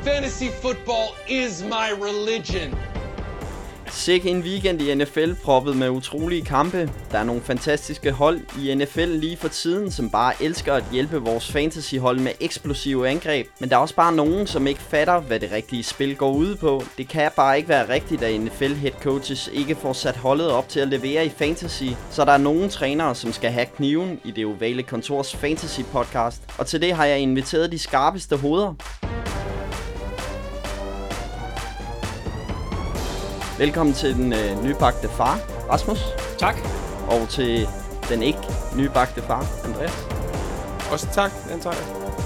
Fantasy football is my religion. Sikke en weekend i NFL proppet med utrolige kampe. Der er nogle fantastiske hold i NFL lige for tiden, som bare elsker at hjælpe vores fantasyhold med eksplosive angreb. Men der er også bare nogen, som ikke fatter, hvad det rigtige spil går ud på. Det kan bare ikke være rigtigt, at NFL head coaches ikke får sat holdet op til at levere i fantasy. Så der er nogle trænere, som skal have kniven i det ovale kontors fantasy podcast. Og til det har jeg inviteret de skarpeste hoveder. Velkommen til den nybagte far, Rasmus. Tak. Og til den ikke nybagte far, Andreas. Også tak, den tager jeg.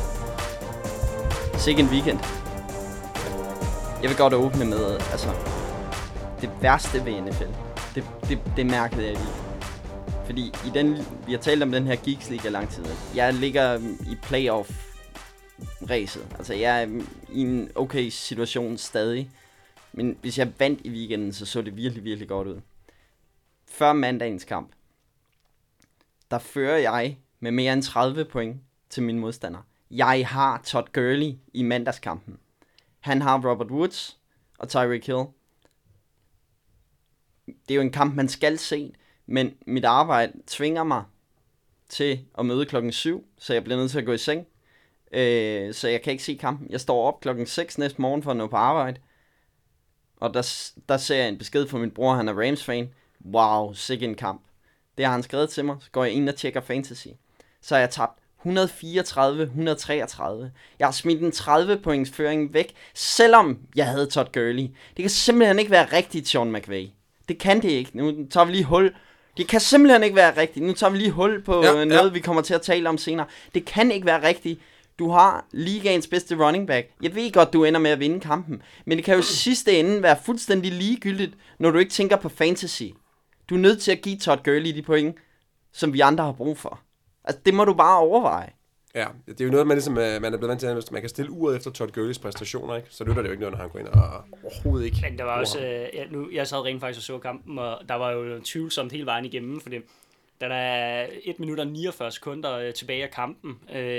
Sikke en weekend. Jeg vil godt åbne med, altså, det værste ved NFL. Det mærkede jeg lige. Fordi vi har talt om den her Geeks League i lang tid. Jeg ligger i playoff-ræset. Altså, jeg er i en okay situation stadig. Men hvis jeg vandt i weekenden, så det virkelig, virkelig godt ud. Før mandagens kamp, der fører jeg med mere end 30 point til mine modstandere. Jeg har Todd Gurley i mandagskampen. Han har Robert Woods og Tyreek Hill. Det er jo en kamp, man skal se, men mit arbejde tvinger mig til at møde klokken 7, så jeg bliver nødt til at gå i seng. Så jeg kan ikke se kampen. Jeg står op klokken 6 næste morgen for at nå på arbejde. Og der ser jeg en besked fra min bror, han er Rams-fan. Wow, sikke en kamp. Det har han skrevet til mig, så går jeg ind og tjekker fantasy. Så har jeg tabt 134-133. Jeg har smidt en 30-points føring væk, selvom jeg havde Todd Gurley. Det kan simpelthen ikke være rigtigt, Sean McVay. Det kan det ikke. Nu tager vi lige hul. Det kan simpelthen ikke være rigtigt. Nu tager vi lige hul på noget, vi kommer til at tale om senere. Det kan ikke være rigtigt. Du har ligaens bedste running back. Jeg ved godt, du ender med at vinde kampen. Men det kan jo sidste ende være fuldstændig ligegyldigt, når du ikke tænker på fantasy. Du er nødt til at give Todd Gurley de point, som vi andre har brug for. Altså, det må du bare overveje. Ja, det er jo noget, man er blevet vant til, at man kan stille uret efter Todd Gurleys præstationer, ikke? Så lytter det jo ikke noget, når han går ind og overhovedet ikke. Men der var også, jeg sad rent faktisk og så kampen, og der var jo tvivlsomt hele vejen igennem, fordi der er 1 minut og 49 sekunder tilbage af kampen.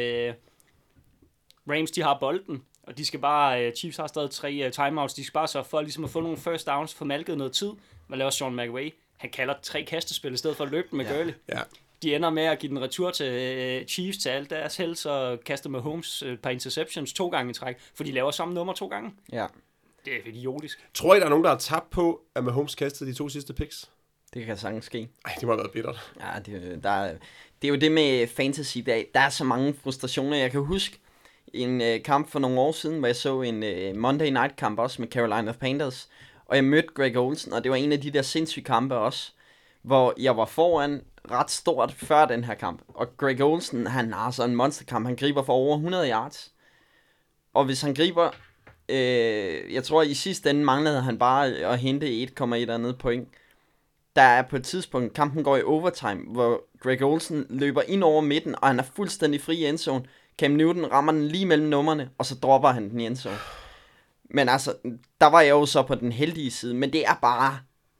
Rams, de har bolden, og de skal bare, Chiefs har stadig 3 timeouts, de skal bare sørge for ligesom at få nogle first downs, få malket noget tid. Man laver Sean McVay, han kalder 3 kastespil i stedet for at løbe med Gurley. Ja. De ender med at give den retur til Chiefs til alt deres held, så kaster Mahomes et par interceptions 2 gange i træk, for de laver samme nummer 2 gange. Ja. Det er idiotisk. Tror I, der er nogen, der har tabt på, at Mahomes kastede de 2 sidste picks? Det kan sagtens ske. Ej, det må have været bittert. Ja, det er jo det med fantasy. Der er så mange frustrationer. Jeg kan huske en kamp for nogle år siden, hvor jeg så en Monday Night kamp også med Carolina Panthers, og jeg mødte Greg Olsen, og det var en af de der sindssyge kampe også, hvor jeg var foran ret stort før den her kamp, og Greg Olsen, han har så en monsterkamp, han griber for over 100 yards, og hvis han griber, jeg tror i sidste ende manglede han bare at hente 1,1 andet point. Der er på et tidspunkt, kampen går i overtime, hvor Greg Olsen løber ind over midten, og han er fuldstændig fri i endzone. Cam Newton rammer den lige mellem numrene, og så dropper han den i endzone. Men altså, der var jeg jo så på den heldige side, men det er bare...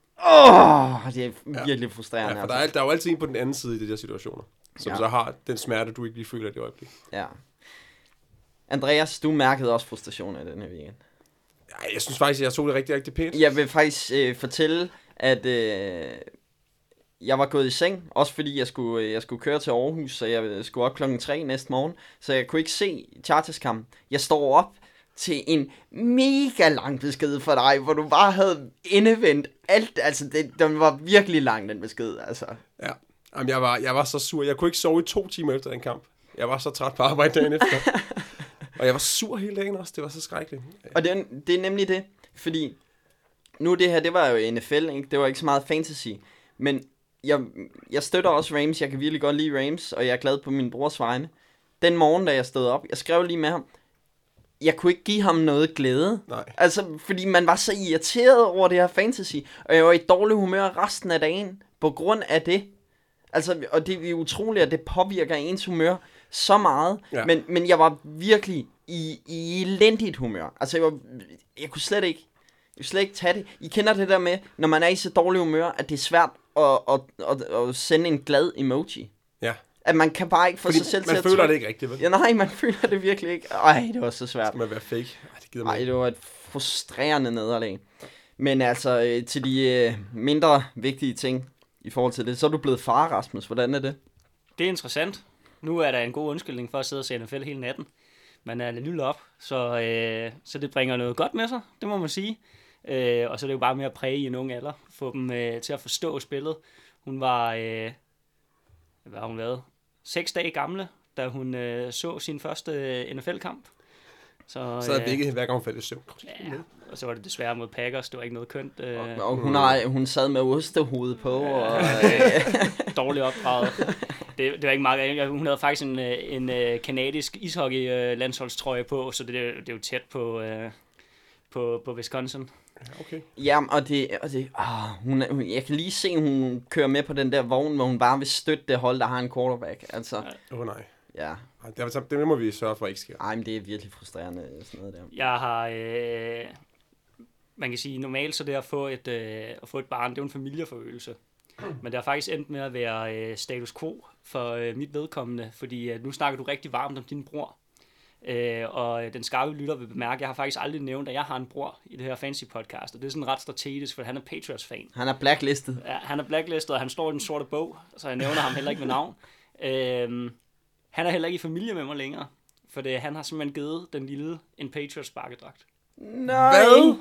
det er virkelig frustrerende. Ja, for der er jo altid en på den anden side i de der situationer, som så har den smerte, du ikke lige føler i det øjeblik. Ja. Andreas, du mærkede også frustrationer i den her weekend. Ja, jeg synes faktisk, jeg tog det rigtig, rigtig pænt. Jeg vil faktisk fortælle, at jeg var gået i seng, også fordi jeg skulle køre til Aarhus, så jeg skulle op klokken 3 næste morgen, så jeg kunne ikke se Chargers-kampen. Jeg står op til en mega lang besked for dig, hvor du bare havde endevendt alt, altså den var virkelig lang, den besked, altså. Ja, jamen, jeg var så sur, jeg kunne ikke sove i 2 timer efter den kamp. Jeg var så træt på arbejde dagen efter. Og jeg var sur hele dagen også, det var så skrækkeligt. Og det er nemlig det, fordi nu det her, det var jo NFL, ikke? Det var ikke så meget fantasy, men jeg støtter også Rams, jeg kan virkelig godt lide Rams, og jeg er glad på min brors vegne. Den morgen, da jeg stod op, jeg skrev lige med ham, jeg kunne ikke give ham noget glæde. Nej. Altså, fordi man var så irriteret over det her fantasy, og jeg var i dårlig humør resten af dagen, på grund af det. Altså, og det er utroligt, at det påvirker ens humør så meget, men jeg var virkelig i elendigt humør. Altså, jeg kunne slet ikke tage det. I kender det der med, når man er i så dårlig humør, at det er svært at sende en glad emoji. Ja. At man kan bare ikke få Fordi sig selv til man at føler trykke. det ikke rigtigt, vel? Ja, nej, man føler det virkelig ikke. Ej, det var så svært. Skal man være fake? Ej, det gider man Nej, ikke. det var et frustrerende nederlag. Men altså, til de mindre vigtige ting i forhold til det, så er du blevet far, Rasmus. Hvordan er det? Det er interessant. Nu er der en god undskyldning for at sidde og se NFL hele natten. Man er lidt lille op, så det bringer noget godt med sig, det må man sige. Og så er det jo bare med at præge i en ung alder. Få dem til at forstå spillet. Hun var, hvad har hun været? 6 dage gamle, da hun så sin første NFL-kamp. Så havde Vicky hver gang hun faldt i søvn. ja, og så var det desværre mod Packers. Det var ikke noget kønt. Og hun sad med ostehovedet på. Og, Dårligt opdraget. Det var ikke meget. Hun havde faktisk en kanadisk ishockey-landsholdstrøje på, så det er jo tæt på Wisconsin. Okay. ja, jeg kan lige se, hun kører med på den der vogn, hvor hun bare vil støtte det hold, der har en quarterback. Altså, Nej. ja. Ej, det må vi sørge for ikke sker. Ej, men det er virkelig frustrerende, sådan noget der. Jeg har, man kan sige, normalt så det at få et barn, det er jo en familieforøgelse. Men det har faktisk endt med at være status quo for mit vedkommende, fordi nu snakker du rigtig varmt om din bror. Og den skarpe lytter vil bemærke, jeg har faktisk aldrig nævnt, at jeg har en bror i det her fancy podcast, og det er sådan ret strategisk, for han er Patriots-fan. Han er blacklistet. Ja, han er blacklistet, og han står i den sorte bog, så jeg nævner ham heller ikke med navn. Han er heller ikke i familie med mig længere, for han har simpelthen givet den lille en Patriots sparkedragt. Nej. Hvad?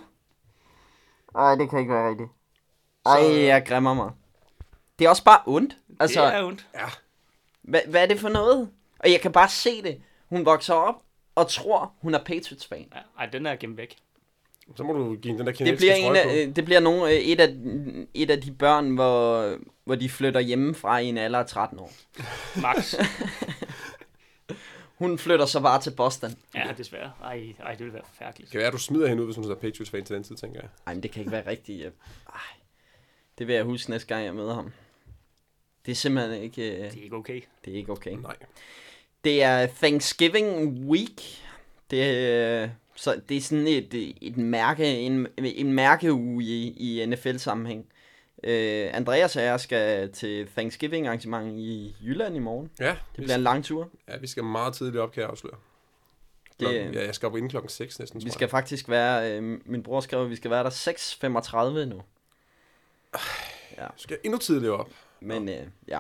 Ej, det kan ikke være rigtigt. Ej, jeg græmmer mig. Det er også bare ondt. Altså, Det er ondt. Ja. hvad er det for noget? Og jeg kan bare se det. Hun vokser op og tror, hun er Patriots-fan. Ja, ej, den er gemt væk. Så må du give den der Det kinesiske bliver, trøje på. det bliver et af de børn, hvor de flytter hjemmefra i en alder af 13 år. Max. Hun flytter så bare til Boston. Ja, desværre. Ej, det ville være forfærdeligt. Det kan være, at du smider hende ud, hvis hun er Patriots-fan til den tid, tænker jeg. Ej, men det kan ikke være rigtigt. Det vil jeg huske næste gang, jeg møder ham. Det er simpelthen ikke... Det er ikke okay. Det er ikke okay. Nej. Det er Thanksgiving Week. Så det er sådan et mærke, en mærkeuge i NFL-sammenhæng. Andreas og jeg skal til Thanksgiving-arrangement i Jylland i morgen. Ja, Det bliver en lang tur. Ja, vi skal meget tidligt op, kan jeg afsløre. Ja, jeg skal op inden klokken 6 næsten, tror Vi skal faktisk være... min bror skrev, at vi skal være der 6:35 nu. Ja. Skal endnu tidligere op. Men ja.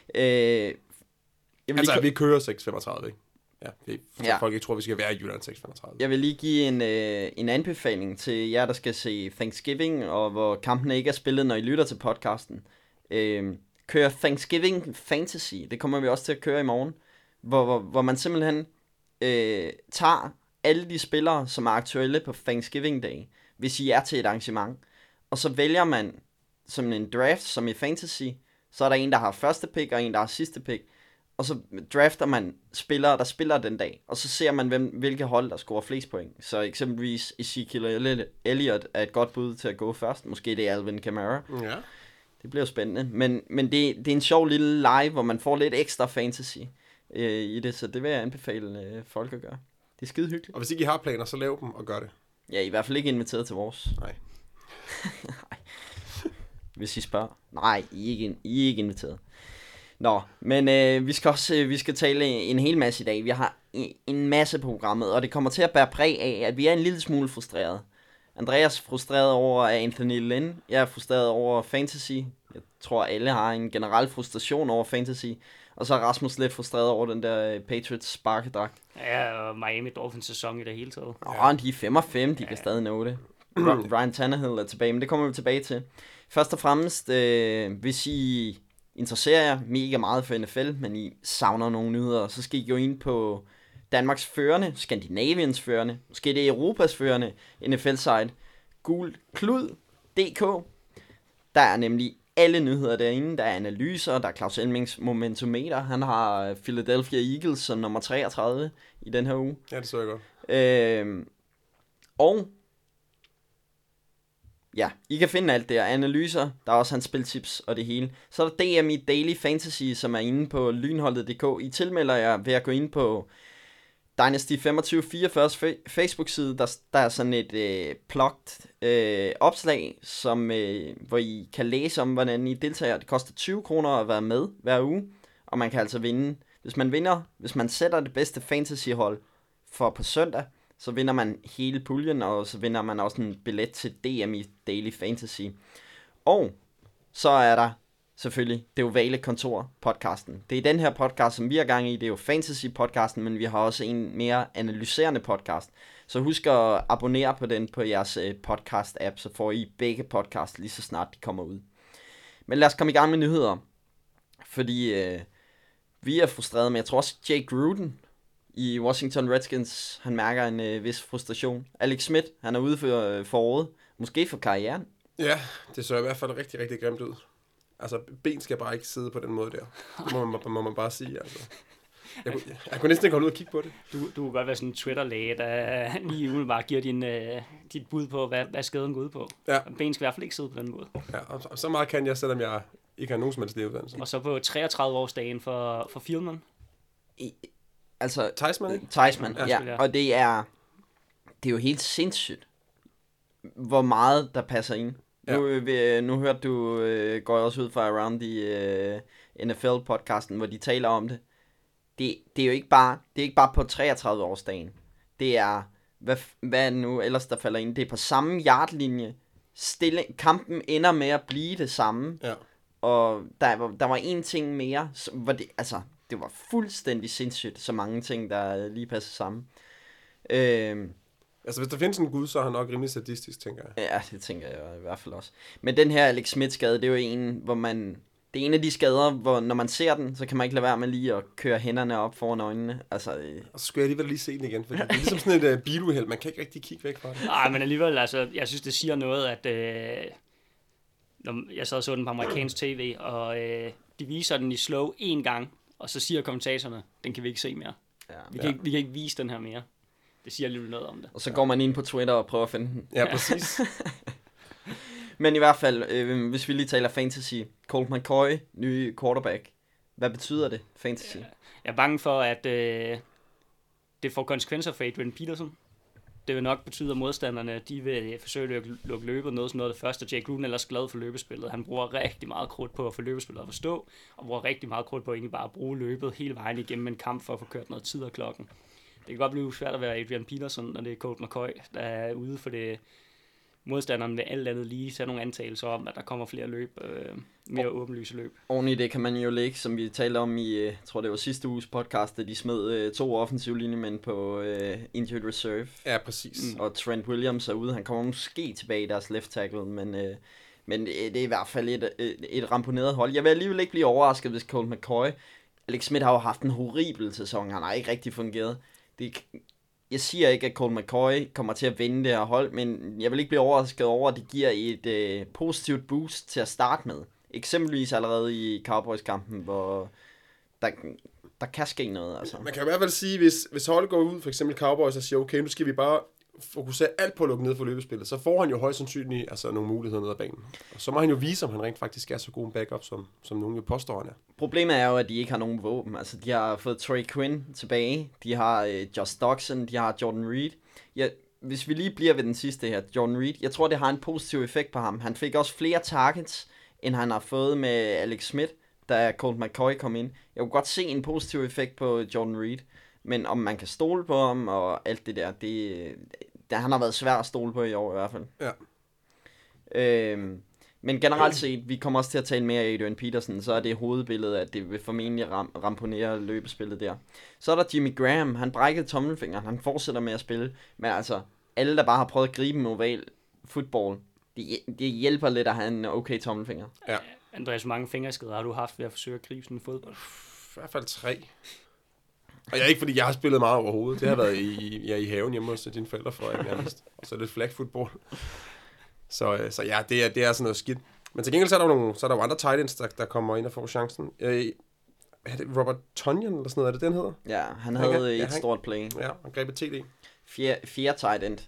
Altså, vi kører 6:35, ikke? Ja, Ja. folk ikke tror, vi skal være i Jylland 6:35. Jeg vil lige give en anbefaling til jer, der skal se Thanksgiving, og hvor kampene ikke er spillet, når I lytter til podcasten. Kør Thanksgiving Fantasy. Det kommer vi også til at køre i morgen. Hvor man simpelthen tager alle de spillere, som er aktuelle på Thanksgiving Day, hvis I er til et arrangement. Og så vælger man som en draft, som i Fantasy, så er der en, der har første pick, og en, der har sidste pick. Og så drafter man spillere, der spiller den dag. Og så ser man, hvilke hold, der scorer flest point. Så eksempelvis Ezekiel Elliott er et godt bud til at gå først. Måske det er Alvin Kamara. Ja. Det bliver spændende. Men det er en sjov lille live, hvor man får lidt ekstra fantasy i det. Så det vil jeg anbefale folk at gøre. Det er skide hyggeligt. Og hvis ikke I har planer, så lav dem og gør det. Ja, I hvert fald ikke inviteret til vores. Nej. Hvis I spørger. Nej, I er ikke inviteret. Nå, men vi skal tale en hel masse i dag. Vi har en masse på programmet, og det kommer til at bære præg af, at vi er en lille smule frustreret. Andreas er frustreret over Anthony Lynn. Jeg er frustreret over fantasy. Jeg tror, alle har en generel frustration over fantasy. Og så er Rasmus lidt frustreret over den der Patriots sparkedragt. Ja, og Miami Dolphins sæson i det hele taget. De er 5-5, de kan stadig nå det. Ryan Tannehill er tilbage, men det kommer vi tilbage til. Først og fremmest, hvis I interesserer jer mega meget for NFL, men I savner nogle nyheder, så skal I gå ind på Danmarks førende, Skandinaviens førende, måske det er Europas førende NFL-site, gulklud.dk. Der er nemlig alle nyheder derinde. Der er analyser, der er Claus Elmings momentometer. Han har Philadelphia Eagles som nummer 33 i den her uge. Ja, det så jeg godt. Og ja, I kan finde alt det her. Analyser, der er også hans spiltips og det hele. Så er der DMI Daily Fantasy, som er inde på lynholdet.dk. I tilmelder jer ved at gå ind på Dynasty 2544's Facebook-side. Der er sådan et plugged opslag, hvor I kan læse om, hvordan I deltager. Det koster 20 kroner at være med hver uge. og man kan altså vinde. Hvis man sætter det bedste fantasyhold for på søndag, så vinder man hele puljen, og så vinder man også en billet til DM i Daily Fantasy. Og så er der selvfølgelig Det Ovale Kontor podcasten. Det er den her podcast, som vi har gang i. Det er jo Fantasy podcasten, men vi har også en mere analyserende podcast. Så husk at abonnere på den på jeres podcast app, så får I begge podcasts lige så snart de kommer ud. Men lad os komme i gang med nyheder. Fordi vi er frustrerede, men jeg tror også Jake Gruden i Washington Redskins, han mærker en vis frustration. Alex Smith, han er ude for året. Måske for karrieren. Ja, det så i hvert fald rigtig, rigtig grimt ud. Altså, ben skal bare ikke sidde på den måde der. Det må man bare sige, altså. Jeg kunne næsten ikke holde ud og kigge på det. Du kunne godt være sådan en Twitter-læge, der lige umiddelbart giver dit bud på, hvad skaden går ud på. Ja. Ben skal i hvert fald ikke sidde på den måde. Ja, og så meget kan jeg, selvom jeg ikke har nogen som helst leveuddannelse. Og så på 33-årsdagen for Fieldman. Altså, Theismann, ikke? Theismann, ja. Og det er jo helt sindssygt, hvor meget der passer ind. Ja. Nu hørte du, går jeg også ud fra Around the NFL-podcasten, hvor de taler om det. Det er jo ikke bare på 33-årsdagen. Det er, hvad nu ellers der falder ind? Det er på samme yardlinje. Kampen ender med at blive det samme. Ja. Og der var en ting mere, hvor det var fuldstændig sindssygt, så mange ting, der lige passer sammen. Altså, hvis der findes en gud, så er han nok rimelig sadistisk, tænker jeg. Ja, det tænker jeg i hvert fald også. Men den her Alex Smith-skade, det er jo en, hvor det er en af de skader, hvor når man ser den, så kan man ikke lade være med lige at køre hænderne op foran øjnene. Altså, og så skulle jeg alligevel lige se den igen, for det er ligesom sådan et biluheld. Man kan ikke rigtig kigge væk fra det. Nej, men alligevel, altså, jeg synes, det siger noget, at når jeg sad og så den på amerikansk tv, og de viser den i slow en gang, og så siger kommentatorerne, den kan vi ikke se mere. Ja. Vi kan ikke vise den her mere. Det siger alligevel noget om det. Og så går man ind på Twitter og prøver at finde den. Ja, præcis. Men i hvert fald, hvis vi lige taler fantasy, Colt McCoy, ny quarterback. Hvad betyder det, fantasy? Jeg er bange for, at det får konsekvenser for Adrian Peterson. Det vil nok betyde, at modstanderne de vil forsøge at lukke løbet noget af det første. Jake Gruden er ellers glad for løbespillet. Han bruger rigtig meget krudt på at få løbespillet at forstå, og bruger rigtig meget krudt på at ikke bare bruge løbet hele vejen igennem en kamp for at få kørt noget tid af klokken. Det kan godt blive svært at være Adrian Peterson, når det er Colt McCoy, der er ude for det. Modstanderen vil alt andet lige tage nogle antagelser om, at der kommer flere løb, mere åbenlyse løb. Oven i det kan man jo lægge, som vi talte om i, jeg tror det var sidste uges podcast, at de smed 2 offensive linjemænd på injured reserve. Ja, præcis. Og Trent Williams er ude, han kommer måske tilbage i deres left tackle, men det er i hvert fald et ramponeret hold. Jeg vil alligevel ikke blive overrasket, hvis Colt McCoy. Alex Smith har jo haft en horribel sæson, han har ikke rigtig fungeret. Jeg siger ikke, at Colt McCoy kommer til at vinde det her hold, men jeg vil ikke blive overrasket over, at det giver et positivt boost til at starte med. Eksempelvis allerede i Cowboys-kampen, hvor der kan ske noget. Altså. Man kan i hvert fald sige, hvis holdet går ud, for eksempel Cowboys, og siger, okay, nu skal vi bare fokusere alt på at lukke ned for løbespillet, så får han jo højst sandsynligt nogle muligheder ned ad banen. Og så må han jo vise, om han rent faktisk er så god en backup, som nogen jo påstår, han er. Problemet er jo, at de ikke har nogen våben. Altså, de har fået Trey Quinn tilbage, de har Josh Doctson, de har Jordan Reed. Ja, hvis vi lige bliver ved den sidste her, Jordan Reed, jeg tror, det har en positiv effekt på ham. Han fik også flere targets, end han har fået med Alex Smith, da Colt McCoy kom ind. Jeg kunne godt se en positiv effekt på Jordan Reed. Men om man kan stole på ham og alt det der, han har været svær at stole på i år i hvert fald. Ja. Men generelt set, vi kommer også til at tale mere af Adrian Peterson, så er det hovedbilledet, at det vil formentlig ramponere løbespillet der. Så er der Jimmy Graham, han brækkede tommelfingeren, han fortsætter med at spille, men altså, alle der bare har prøvet at gribe en oval fodbold, det hjælper lidt at have en okay tommelfinger. Ja. Andreas, hvor mange fingerskader har du haft ved at forsøge at gribe sådan en fodbold? I hvert fald 3. Og jeg er ikke, fordi jeg har spillet meget overhovedet. Det har været i haven hjemme hos dine forældre, Frederik, nærmest. Og så er det flag football. Så ja, det er sådan noget skidt. Men til gengæld så er der jo andre tight ends, der kommer ind og får chancen. Er det Robert Tonyan eller sådan noget? Er det den hedder? Ja, han havde et stort play. Ja, og greb et TD. Fjerde tight end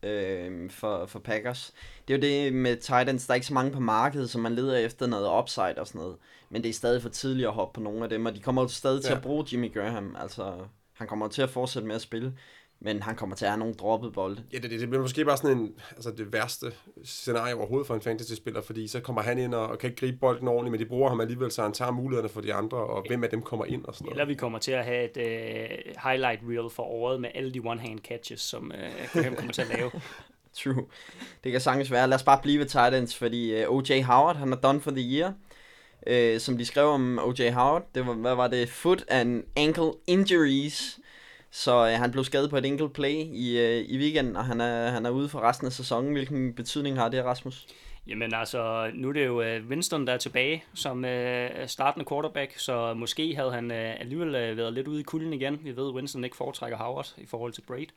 for Packers. Det er jo det med tight ends, der er ikke så mange på markedet, så man leder efter noget upside og sådan noget. Men det er stadig for tidligt at hoppe på nogle af dem, og de kommer jo stadig til at bruge Jimmy Graham. Altså, han kommer til at fortsætte med at spille. Men han kommer til at have nogle droppede bolde. Ja, det bliver måske bare sådan det værste scenarie overhovedet for en fantasy-spiller, fordi så kommer han ind og kan ikke gribe bolden ordentligt, men de bruger ham alligevel, så han tager mulighederne for de andre, og hvem af dem kommer ind og sådan noget. Eller vi kommer til at have et highlight reel for året med alle de one-hand catches, som Graham kommer til at lave. True. Det kan sagtens være. Lad os bare blive ved tight ends, fordi O.J. Howard, han er done for the year. Som de skrev om O.J. Howard, det var, hvad var det? Foot and ankle injuries. Så han blev skadet på et enkelt play i weekenden, og han er ude for resten af sæsonen. Hvilken betydning har det, Rasmus? Jamen altså, nu er det jo Winston, der er tilbage som startende quarterback, så måske havde han alligevel været lidt ude i kulden igen. Vi ved, at Winston ikke foretrækker Howard i forhold til Braid.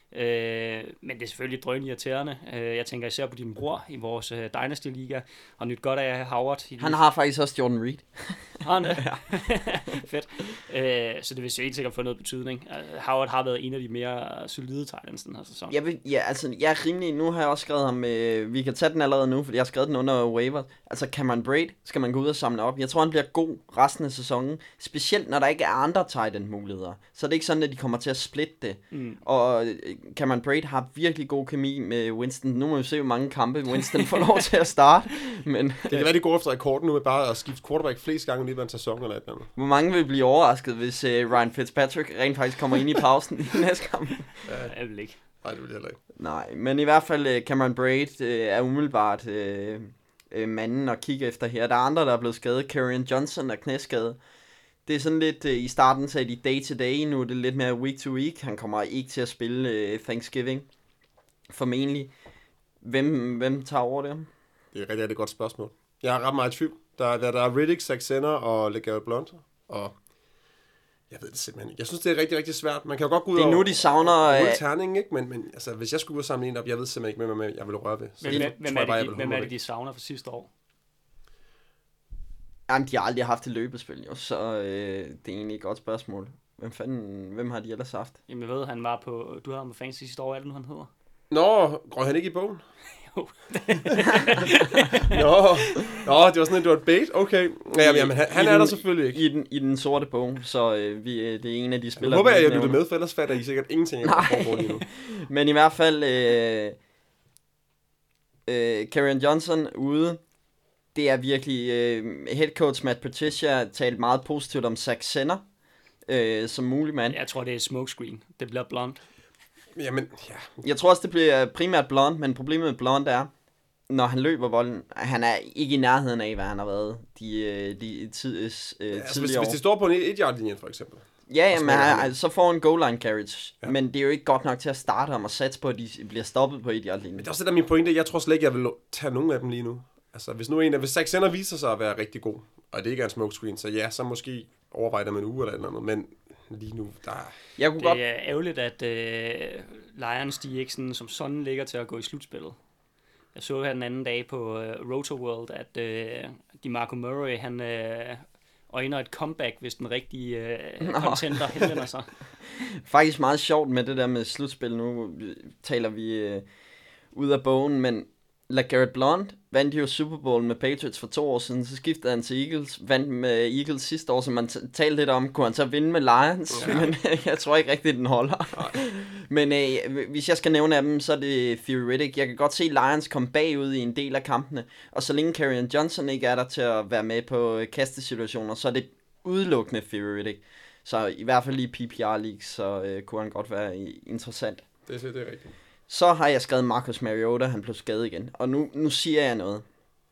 Men det er selvfølgelig drønirriterende. Jeg tænker især på din bror i vores Dynasty-liga, og nyt godt af at have Howard. Han har faktisk også Jordan Reed. Har han det? Fedt. Så det vil jo helt sikkert få noget betydning. Howard har været en af de mere solide Titans den her sæson. Jeg er rimelig, nu har jeg også skrevet ham, vi kan tage den allerede nu, fordi jeg har skrevet den under waiver. Altså Cameron Braid skal man gå ud og samle op. Jeg tror, han bliver god resten af sæsonen, specielt når der ikke er andre tight end muligheder. Så det er ikke sådan, at de kommer til at splitte det. Og Cameron Braid har virkelig god kemi med Winston. Nu må vi se, hvor mange kampe Winston får lov til at starte. Men det kan være, de går efter rekorden nu med bare at skifte quarterback flest gange i løbet af en sæson eller et eller andet. Hvor mange vil blive overrasket, hvis Ryan Fitzpatrick rent faktisk kommer ind i pausen i næste kamp? Jeg vil ikke. Nej, det vil jeg heller ikke. Nej, men i hvert fald Cameron Braid er umiddelbart manden at kigge efter her. Der er andre, der er blevet skadet. Kerryon Johnson er knæskadet. Det er sådan lidt, i starten sagde de day to day, nu er det lidt mere week to week. Han kommer ikke til at spille Thanksgiving, formentlig. Hvem tager over det? Det er et godt spørgsmål. Jeg har ret meget i tvivl. Der er Riddick, Zach Zenner og LeGarrette Blount, og jeg ved det simpelthen ikke. Jeg synes, det er rigtig, rigtig svært. Man kan jo godt gå ud og de savner terningen, ikke? Men altså, hvis jeg skulle ud og samle en op, jeg ved simpelthen ikke, hvem jeg vil røre ved. Hvem er det, de savner for sidste år? Jamen, de har aldrig haft et løbespil, jo, så det er egentlig et godt spørgsmål. Hvem har de ellers haft? Jamen, jeg ved, han var på, du havde ham på fantasy sidste år, hvad er det nu, han hedder? Nå, går han ikke i bogen? Jo. Nå, det var sådan, at det var et bait. Okay. Jamen, han er der selvfølgelig ikke. I den sorte bog, så det er en af de spillere... Jeg håber, jeg lytter med, for ellers fatter I sikkert ingenting, jeg foregår lige nu. Men i hvert fald, Kerryon Johnson ude. Det er virkelig... head coach Matt Patricia talt meget positivt om Zach Zenner som mulig mand. Jeg tror, det er smokescreen. Det bliver Blount. Jamen, ja. Jeg tror også, det bliver primært Blount, men problemet med Blount er, når han løber bolden, han er ikke i nærheden af, hvad han har været tidligere år. Hvis det står på en 1-yard-linje, for eksempel. Ja, men så får en goal line carriage. Ja. Men det er jo ikke godt nok til at starte ham og satse på, at de bliver stoppet på 1-yard-linjen. Men det er også det, der min pointe. Jeg tror slet ikke, jeg vil tage nogen af dem lige nu. Altså, hvis Zach Zenner viser sig at være rigtig god, og det ikke er en smokescreen, så ja, så måske overvejer det med en uge eller andet, men lige nu, der er ærgerligt, at Lions, de ikke sådan ligger til at gå i slutspillet. Jeg så her den anden dag på Roto-World, at DeMarco Murray, han øjner et comeback, hvis den rigtige contender henvender sig. Faktisk meget sjovt med det der med slutspil. Nu taler vi ud af bogen, men LeGarrette Blount vandt jo Super Bowl med Patriots for 2 år siden, så skiftede han til Eagles, vandt med Eagles sidste år, som man talte lidt om, kunne han så vinde med Lions, men jeg tror ikke rigtigt, den holder. Men hvis jeg skal nævne af dem, så er det Theoretic. Jeg kan godt se Lions komme bagud i en del af kampene, og så længe Kerryon Johnson ikke er der til at være med på kastesituationer, så er det udelukkende Theoretic. Så i hvert fald i PPR League, så kunne han godt være interessant. Det er rigtigt. Så har jeg skrevet Marcus Mariota, han blev skadet igen. Og nu siger jeg noget.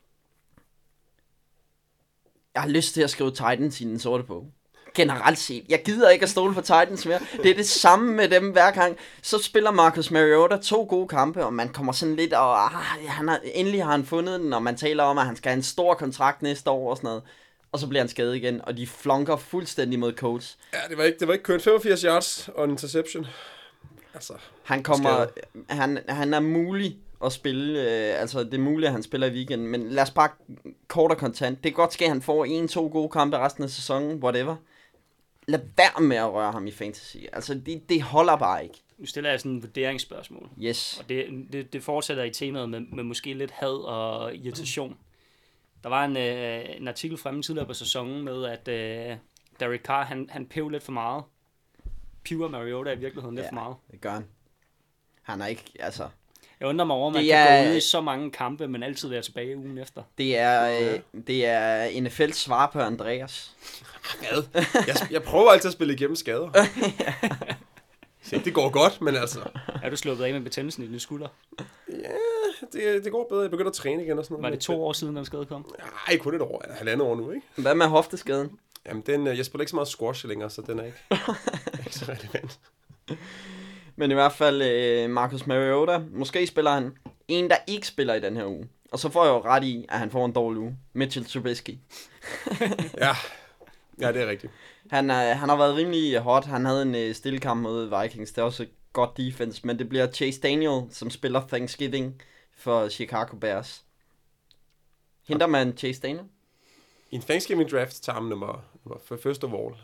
Jeg har lyst til at skrive Titans i den sorte bog. Generelt set. Jeg gider ikke at stole på Titans mere. Det er det samme med dem hver gang. Så spiller Marcus Mariota 2 gode kampe, og man kommer sådan lidt, og endelig har han fundet den, og man taler om, at han skal have en stor kontrakt næste år og sådan noget. Og så bliver han skadet igen, og de flunker fuldstændig mod Colts. Ja, det var ikke kørt 85 yards og en interception. Altså, han er mulig at spille, altså det er muligt, at han spiller i weekenden, men lad os bare kort og kontant. Det er godt ske, at han får 1-2 gode kampe resten af sæsonen, whatever. Lad være med at røre ham i fantasy. Altså, det holder bare ikke. Nu stiller jeg sådan en vurderingsspørgsmål. Yes. Og det fortsætter i temaet med måske lidt had og irritation. Der var en artikel fremme tidligere på sæsonen med, at Derek Carr, han pev lidt for meget. pure Mariota i virkeligheden lidt for meget. Det gør han. Han er ikke, altså... Jeg undrer mig over, at man Det kan er- gå ud i så mange kampe, men altid være tilbage ugen efter. Det er NFL's svar på Andreas. Hvad? Jeg prøver altid at spille igennem skader. Så det går godt, men altså... Er du sluppet af med betændelsen i dine skulder? Ja, det går bedre. Jeg begynder at træne igen og sådan noget. Var det 2 år siden, den skade kom? Nej, kun et år. Eller 1,5 år nu, ikke? Hvad med hofteskaden? Jamen, jeg spiller ikke så meget squash længere, så den er ikke så relevant. Men i hvert fald Marcus Mariota. Måske spiller han en, der ikke spiller i den her uge. Og så får jeg jo ret i, at han får en dårlig uge. Mitchell Trubisky. Ja, det er rigtigt. Han har været rimelig hot. Han havde en stille kamp mod Vikings. Det er også et godt defense. Men det bliver Chase Daniel, som spiller Thanksgiving for Chicago Bears. Henter man Chase Daniel? I en Thanksgiving draft tager man nummer first of all.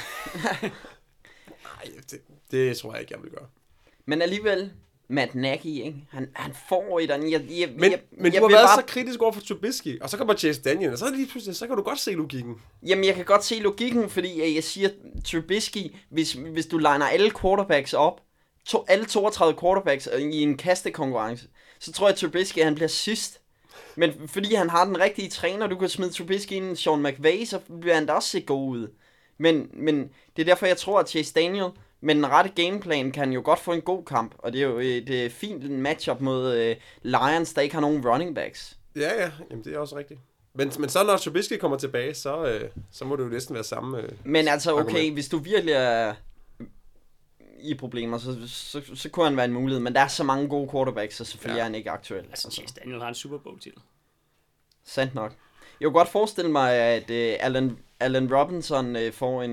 Nej, det tror jeg ikke, jeg vil gøre. Men alligevel, Matt Nagy, ikke? Han får et andet. Men du har været så kritisk over for Trubisky, og så kommer Chase Daniel, og så lige pludselig, så kan du godt se logikken. Jamen, jeg kan godt se logikken, fordi jeg siger, Trubisky, hvis du liner alle quarterbacks op, alle 32 quarterbacks i en kastekonkurrence, så tror jeg, Trubisky, han bliver sidst. Men fordi han har den rigtige træner, du kan smide Trubisky ind i Sean McVay, så bliver han da også se god ud. Men det er derfor, jeg tror, at Chase Daniel med den rette gameplan kan jo godt få en god kamp. Og det er jo et fint matchup mod Lions, der ikke har nogen running backs. Ja, jamen det er også rigtigt. Men så når Trubisky kommer tilbage, så må det jo næsten være samme Men altså, okay, argument. hvis du virkelig er i problemer, så kunne han være en mulighed. Men der er så mange gode quarterbacks, så selvfølgelig er han ikke aktuel. Altså, Chase Daniel har en Super Bowl-titel. Sandt nok. Jeg kunne godt forestille mig, at Allen Robinson får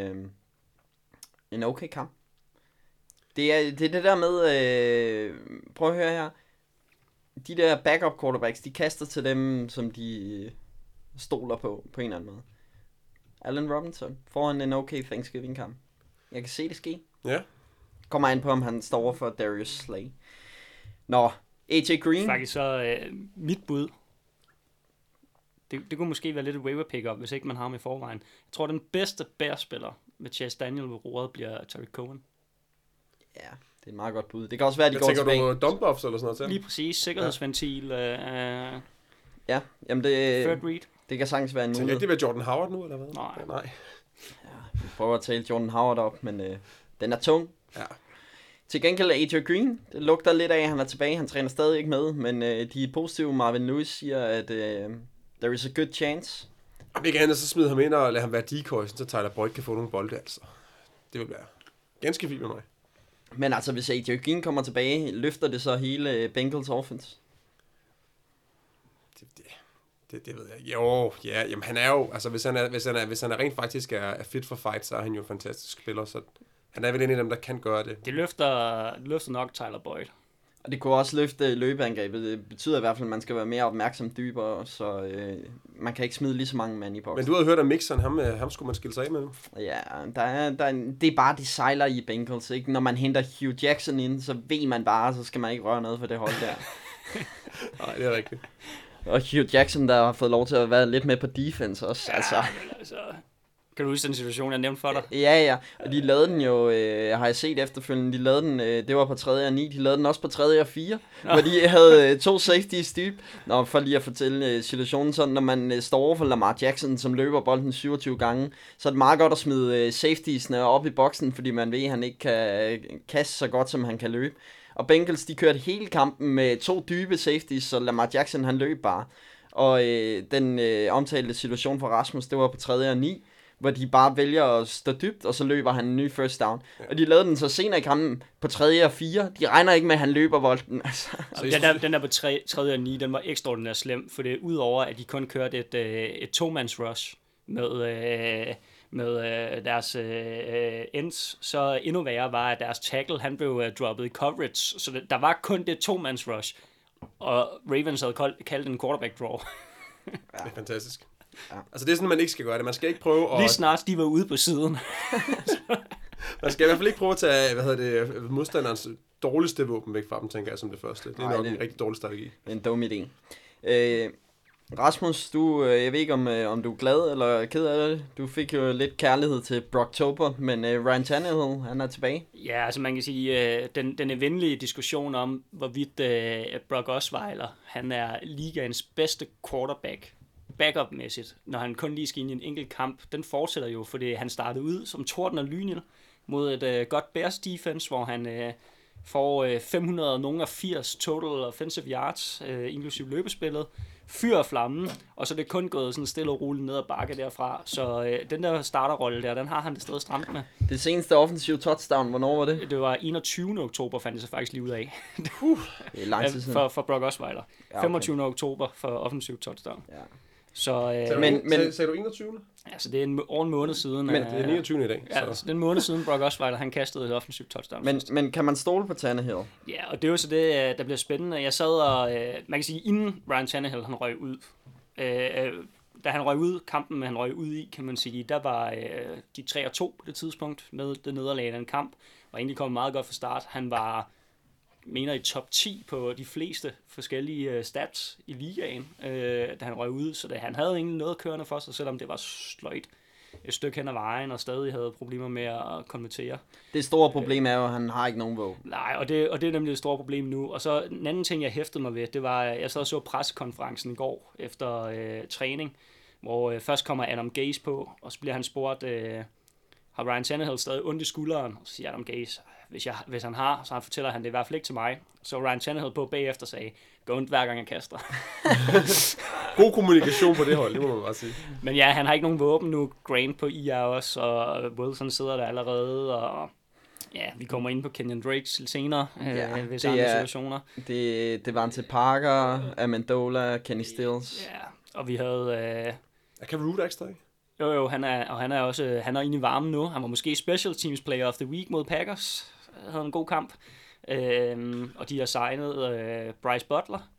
en okay kamp. Det er det der med, prøv at høre her, de der backup quarterbacks, de kaster til dem, som de stoler på en eller anden måde. Allen Robinson får en okay Thanksgiving kamp. Jeg kan se det ske. Ja. Kommer an på, om han står over for Darius Slay. Nå, AJ Green. Faktisk så mit bud. Det kunne måske være lidt et waiver pick-up, hvis ikke man har ham i forvejen. Jeg tror, den bedste Bears-spiller med Chase Daniel ved roret bliver Tariq Cohen. Ja, det er et meget godt bud. Det kan også være, at de går Tænker tilbage. du dump-offs eller sådan noget til? Lige præcis. Sikkerhedsventil. Ja, jamen det Third read. kan sagtens være en Tænker mulighed. ikke, det bliver Jordan Howard nu, eller hvad? Nej. Vi prøver at tale Jordan Howard op, men den er tung. Ja. Til gengæld er AJ Green, det lugter lidt af, at han er tilbage. Han træner stadig ikke med, men de positive Marvin Lewis siger, at there is a good chance. Og vi kan hende så smide ham ind og lade ham være decoy, så Tyler Boyd kan få nogle bolde, altså. Det vil være ganske fint med mig. Men altså, hvis AJ Green kommer tilbage, løfter det så hele Bengals offense? Det ved jeg. Jo, ja, jamen han er jo, altså hvis han er rent faktisk er fit for fight, så er han jo en fantastisk spiller, så han er vel en af dem, der kan gøre det. Det løfter nok Tyler Boyd. Og det kunne også løfte løbeangrebet. Det betyder i hvert fald, at man skal være mere opmærksom dybere, så man kan ikke smide lige så mange mand i boksen. Men du havde hørt om Mixon, ham skulle man skille sig af med nu. Ja, det er bare, de sejler i Bengals, ikke? Når man henter Hugh Jackson ind, så ved man bare, så skal man ikke røre noget for det hold der. Nej, det er rigtigt. Og Hugh Jackson, der har fået lov til at være lidt med på defense også, altså. Kan du huske den situation, jeg nævnte for dig? Ja, og de lavede den jo, har jeg set efterfølgende, de lavede den, det var på 3. og 9, de lavede den også på 3. og 4, hvor de havde 2 safeties dyb. Nå, for lige at fortælle situationen sådan, når man står over for Lamar Jackson, som løber bolden 27 gange, så er det meget godt at smide safetiesne op i boksen, fordi man ved, at han ikke kan kaste så godt, som han kan løbe. Og Bengals, de kørte hele kampen med 2 dybe safeties, så Lamar Jackson, han løb bare. Og den omtalte situation for Rasmus, det var på 3. og 9, hvor de bare vælger at stå dybt, og så løber han en ny first down. Ja. Og de lavede den så senere i kampen på 3. og 4. De regner ikke med, at han løber bolden. Altså. Den der på 3. og 9, den var ekstraordinært slem, for det er udover, at de kun kørte et 2-mans rush med deres ends, så endnu værre var, at deres tackle, han blev droppet i coverage, så der var kun det 2-mans rush, og Ravens havde kaldt en quarterback draw. Det er fantastisk. Ja. Altså det er sådan, man ikke skal gøre det. Man skal ikke prøve at... Lige snart de var ude på siden. Man skal i hvert fald ikke prøve at tage, modstanderens dårligste våben væk fra dem, tænker jeg, som det første. Det er nok en rigtig dårlig strategi. Det er en dum idé. Rasmus, jeg ved ikke, om du er glad eller ked af det. Du fik jo lidt kærlighed til Brocktober, men Ryan Tannehill, han er tilbage. Ja, altså man kan sige, den evindelige diskussion om, hvorvidt Brock Osweiler, han er ligaens bedste quarterback, backup-mæssigt, når han kun lige skal ind i en enkelt kamp, den fortsætter jo, fordi han startede ud som torden og lynild mod et godt Bears defense, hvor han får 580 total offensive yards, inklusive løbespillet, fyrer flammen, og så er det kun gået sådan stille og roligt ned ad bakke derfra. Så den der starterrolle der, den har han det stadig stramt med. Det seneste offensive touchdown, hvornår var det? Det var 21. oktober, fandt jeg så faktisk lige ud af. Det er lang tid siden. For Brock Osweiler. Ja, okay. 25. oktober for offensiv touchdown. Ja. Så, sagde du 21. Altså det er over en måned siden. Men det er 29. i dag. Ja, så det er en måned siden Brock Osweiler, han kastede et offensivt touchdown. Men kan man stole på Tannehill? Ja, og det er jo så det, der bliver spændende. Jeg sad og, man kan sige, inden Ryan Tannehill, han røg ud, da han røg ud, kampen han røg ud i, kan man sige, der var de 3-2 på det tidspunkt med det nederlag af den kamp, og egentlig kommet meget godt fra start. Han var, mener i top 10 på de fleste forskellige stats i ligaen, da han røg ud, så han havde egentlig noget kørende for sig, selvom det var sløjt et stykke hen ad vejen, og stadig havde problemer med at konvertere. Det store problem er jo, at han har ikke nogen våben. Nej, og det er nemlig det store problem nu. Og så en anden ting, jeg hæftede mig ved, det var, jeg sad og så pressekonferencen i går efter træning, hvor først kommer Adam Gase på, og så bliver han spurgt, har Ryan Tannehill stadig ondt i skulderen? Og så siger Adam Gase, hvis han har, så fortæller han det i hvert fald ikke til mig. Så Ryan Tannehill på bagefter sagde, gå ondt hver gang jeg kaster. God kommunikation på det hold, det må man bare sige. Men ja, han har ikke nogen våben nu. Grant på IR også, og Wilson sidder der allerede, og ja, vi kommer ind på Kenyon Drake senere, ved samme situationer. Det var til Parker, Amendola, Kenny Stills. Ja, og vi havde... Kan Root ekstra, ikke? Jo, han er også, han er inde i varmen nu. Han var måske Special Teams Player of the Week mod Packers. Havde en god kamp. Og de har signet Bryce Butler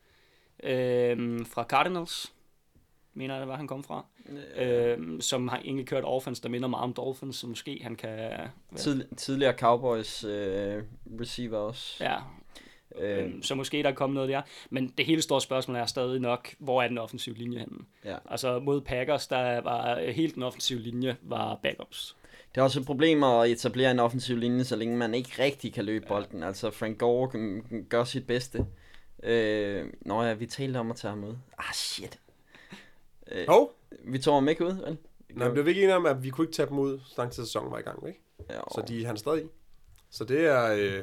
fra Cardinals, mener jeg, det var, han kom fra. Som har egentlig kørt offense, der minder meget om Dolphins, så måske han kan... Tidligere Cowboys receiver også. Ja, så måske der er kommet noget der. Men det hele store spørgsmål er stadig nok, hvor er den offensive linje henne? Ja. Altså mod Packers, der var helt den offensive linje, var backups. Det er også et problem at etablere en offensiv linje, så længe man ikke rigtig kan løbe bolden. Altså Frank Gore gør sit bedste. Vi talte om at tage ham ud. Shit. Vi tog ham ikke ud, vel? Nej, men det var ikke enige om, at vi kunne ikke tage dem ud, så lang tid sæsonen var i gang, ikke? Jo. Så han er stadig i. Så det er...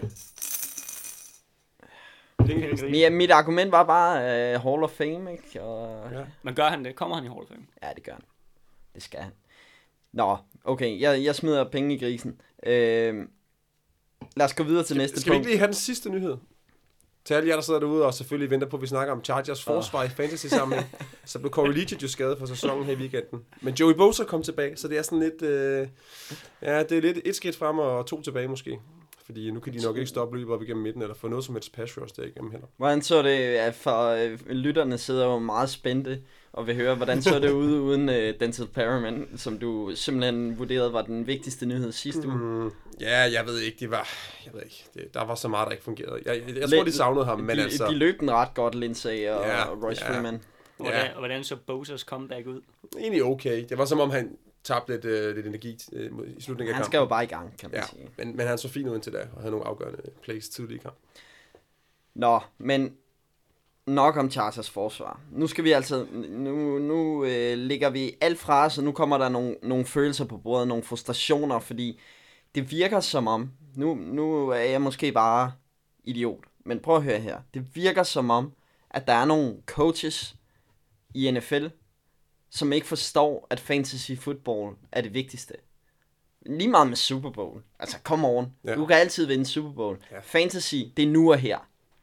Mit argument var bare Hall of Fame, ikke? Og... Ja. Men gør han det? Kommer han i Hall of Fame? Ja, det gør han. Det skal han. Nå, okay, jeg smider penge i grisen. Lad os gå videre til næste punkt. Skal vi ikke lige have den sidste nyhed? Til alle jer, der sidder derude og selvfølgelig venter på, at vi snakker om Chargers forsvar i fantasy sammenhæng. Så blev Corey Liuget jo skadet for sæsonen her i weekenden. Men Joey Bosa kom tilbage, så det er sådan lidt... det er lidt et skridt frem og 2 tilbage måske. Fordi nu kan de nok ikke stoppe løbet op igennem midten, eller få noget som helst pass rush der igennem heller. Hvordan så det, for lytterne sidder jo meget spændte og vil høre, hvordan så det ud uden Denzel Perryman, som du simpelthen vurderede var den vigtigste nyhed sidste uge? Ja, jeg ved ikke, der var så meget, der ikke fungerede. Jeg tror, de savnede ham, men altså... De løb den ret godt, Lindsay og Royce Freeman. Og hvordan så Bosas comeback ud? Egentlig okay. Det var som om, han tabte lidt energi i slutningen af kampen. Han skal jo bare i gang, kan man sige. Men han så fint ud indtil da, og havde nogle afgørende plays tidligere i kamp. Nå, men nok om Chargers forsvar. Nu skal vi altså, nu lægger vi alt fra os, og nu kommer der nogle følelser på bordet, nogle frustrationer, fordi det virker som om, nu er jeg måske bare idiot, men prøv at høre her. Det virker som om, at der er nogle coaches i NFL, som ikke forstår, at fantasy football er det vigtigste. Lige meget med Super Bowl. Altså, come on. Ja. Du kan altid vinde Super Bowl. Ja. Fantasy, det er nu og her.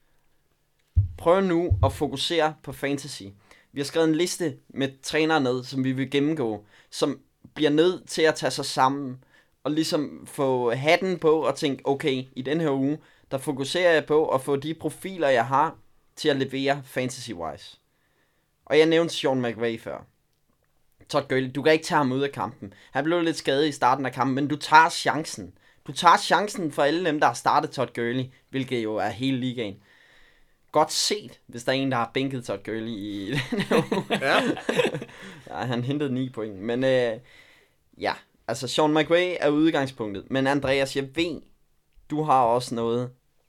Prøv nu at fokusere på fantasy. Vi har skrevet en liste med trænere ned, som vi vil gennemgå, som bliver nødt til at tage sig sammen, og ligesom få hatten på og tænke, okay, i den her uge, der fokuserer jeg på at få de profiler, jeg har, til at levere fantasy-wise. Og jeg nævnte Sean McVay før. Todd Gurley, du kan ikke tage ham ud af kampen. Han blev lidt skadet i starten af kampen, men du tager chancen. Du tager chancen for alle dem, der har startet Todd Gurley, hvilket jo er hele ligaen. godt set, hvis der er en, der har bænket Todd Gurley i den her uge. Ja. Ja, han hentede 9 point. Men ja, altså Sean McVay er udgangspunktet. Men Andreas, jeg ved, du har også noget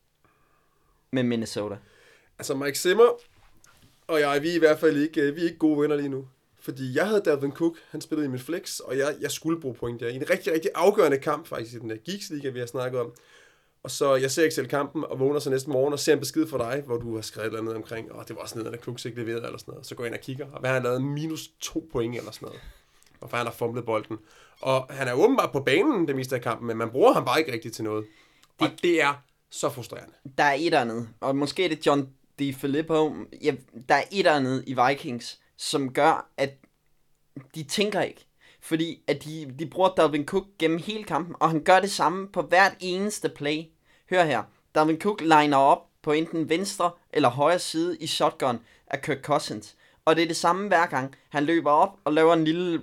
med Minnesota. Altså Mike Zimmer og jeg, vi er i hvert fald ikke gode venner lige nu. Fordi jeg havde Dalvin Cook, han spillede i mit flex, og jeg skulle bruge point der. I en rigtig, rigtig afgørende kamp faktisk i den der Geeks-liga, vi har snakket om. Og så jeg ser ikke selv kampen, og vågner så næste morgen og ser en besked fra dig, hvor du har skrevet noget andet omkring, det var også nede, at Cooks ikke leverede eller sådan noget. Så går jeg ind og kigger, og hvad har han lavet? -2 point eller sådan noget. Hvorfor han har fumlet bolden. Og han er åbenbart på banen det meste af kampen, men man bruger ham bare ikke rigtigt til noget. Og det er så frustrerende. Der er et andet, og måske er det John DeFilippo. Ja, der er et andet i Vikings, som gør, at de tænker ikke. Fordi at de bruger Dalvin Cook gennem hele kampen, og han gør det samme på hvert eneste play. Hør her. Dalvin Cook liner op på enten venstre eller højre side i shotgun af Kirk Cousins. Og det er det samme hver gang. Han løber op og laver en lille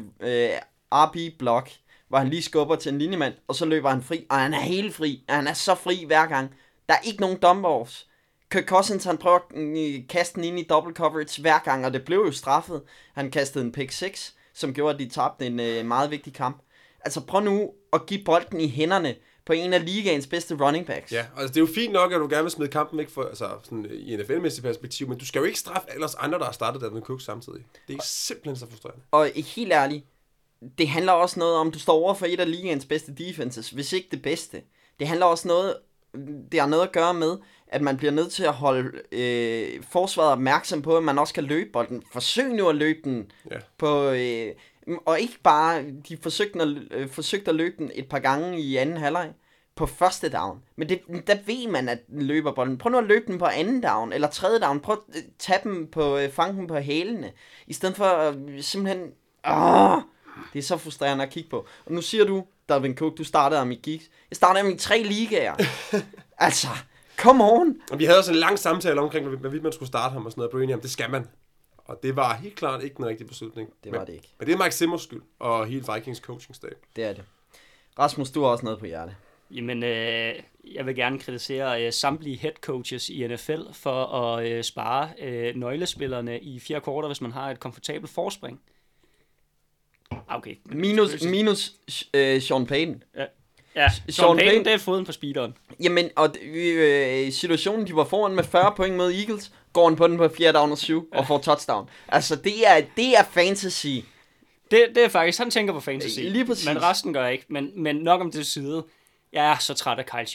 RB-blok, hvor han lige skubber til en linjemand, og så løber han fri, og han er helt fri. Han er så fri hver gang. Der er ikke nogen dump-offs. Kirk Cousins, han prøver at kaste den ind i double coverage hver gang, og det blev jo straffet. Han kastede en pick 6, som gjorde, at de tabte en meget vigtig kamp. Altså prøv nu at give bolden i hænderne på en af ligaens bedste running backs. Ja, altså det er jo fint nok, at du gerne vil smide kampen væk for, altså sådan i NFL-mæssigt perspektiv, men du skal jo ikke straffe ellers andre, der har startet Dalvin Cook samtidig. Det er simpelthen så frustrerende. Og helt ærligt, det handler også noget om, du står over for et af ligaens bedste defenses, hvis ikke det bedste. Det handler også noget, det har noget at gøre med, at man bliver nødt til at holde forsvaret opmærksom på, at man også kan løbe bolden. Forsøg nu at løbe den på... og ikke bare, de forsøgte at løbe den et par gange i anden halvleg på første down. Men der ved man, at den løber bolden. Prøv nu at løbe den på anden down, eller tredje down. Prøv at tage dem fange dem på hælene. I stedet for simpelthen... det er så frustrerende at kigge på. Og nu siger du, Dalvin Cook, du startede ham i Geeks. Jeg startede ham i 3 ligaer. Altså... Come on! Og vi havde også en lang samtale omkring, hvorvidt man skulle starte ham og sådan noget. Blev enige om, det skal man. Og det var helt klart ikke den rigtige beslutning. Det var det ikke. Men det er Mike Zimmers skyld, og hele Vikings coachingstab. Det er det. Rasmus, du har også noget på hjertet. Jamen, jeg vil gerne kritisere samtlige head coaches i NFL for at spare nøglespillerne i 4 kvarter, hvis man har et komfortabelt forspring. Okay. Minus Sean Payton. Ja, Sean Payton, det er foden på speederen. Jamen, og situationen, de var foran med 40 point mod Eagles, går han på den på 4. down og 7 og får touchdown. Altså, det er fantasy. Det er faktisk, han tænker på fantasy. Lige præcis. Men resten gør ikke. Men nok om det side. Jeg er så træt af Kyle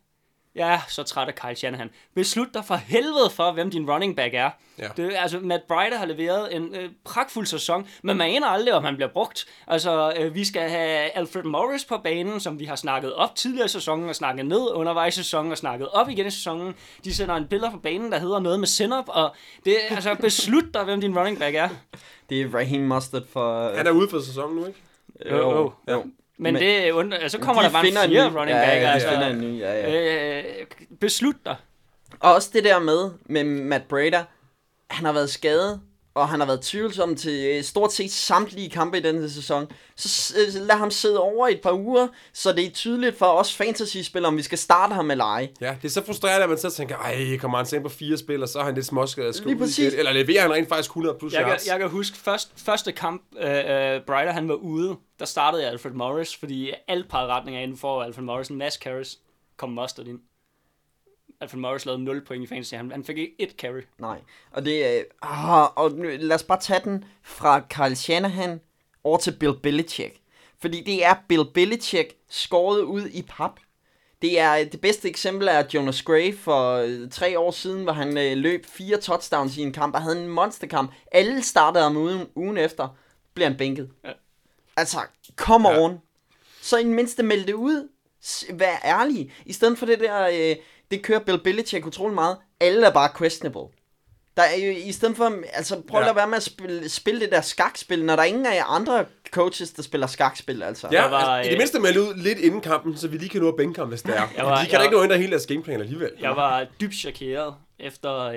Shanahan. Beslut dig for helvede for, hvem din running back er. Ja. Altså, Matt Breida har leveret en pragtfuld sæson, men man aner aldrig, om han bliver brugt. Altså, vi skal have Alfred Morris på banen, som vi har snakket op tidligere i sæsonen, og snakket ned undervejs i sæsonen, og snakket op igen i sæsonen. De sender en billede på banen, der hedder noget med send-up, og det altså, beslut dig, hvem din running back er. Det er Raheem Mostert for... Han er ude for sæsonen nu, ikke? Jo. Men det så kommer der bare 4 running back. Ja, en ny. Beslut dig. Og også det der med Matt Breida. Han har været skadet, og han har været tvivlsom til stort set samtlige kampe i denne sæson. Så lad ham sidde over i et par uger, så det er tydeligt for os fantasy-spillere, om vi skal starte ham eller ej. Ja, det er så frustrerende, at man så tænker, kommer han selv på 4 spil, og så er han lidt småskadet. Lige præcis. Eller leverer han rent faktisk 100 plus yards. Jeg kan huske første kamp, Breida han var ude, der startede jeg Alfred Morris, fordi alt pegede retninger inden for Alfred Morris, en masse carries, kom Mostert ind. Alfred Morris lavede 0 point i fantasy. Han fik ikke et carry. Nej. Og det og lad os bare tage den fra Kyle Shanahan over til Bill Belichick. Fordi det er Bill Belichick skåret ud i pap. Det bedste eksempel er Jonas Gray for 3 år siden, hvor han løb 4 touchdowns i en kamp og havde en monsterkamp. Alle startede ham ugen efter, blev han bænket. Ja. Altså, come on. Så i det mindste meld det ud. Vær ærlig. I stedet for det der... Det kører Bill Belichick utrolig meget. Alle er bare questionable. Der er jo, i stedet for, altså prøv at lade være med at spille det der skakspil, når der er ingen af andre coaches, der spiller skakspil, altså. Ja, i det mindste melde ud lidt inden kampen, så vi lige kan nå at bænke ham, hvis det er. De kan da ikke nå at ændre hele deres gameplan alligevel. Jeg var dybt chokeret efter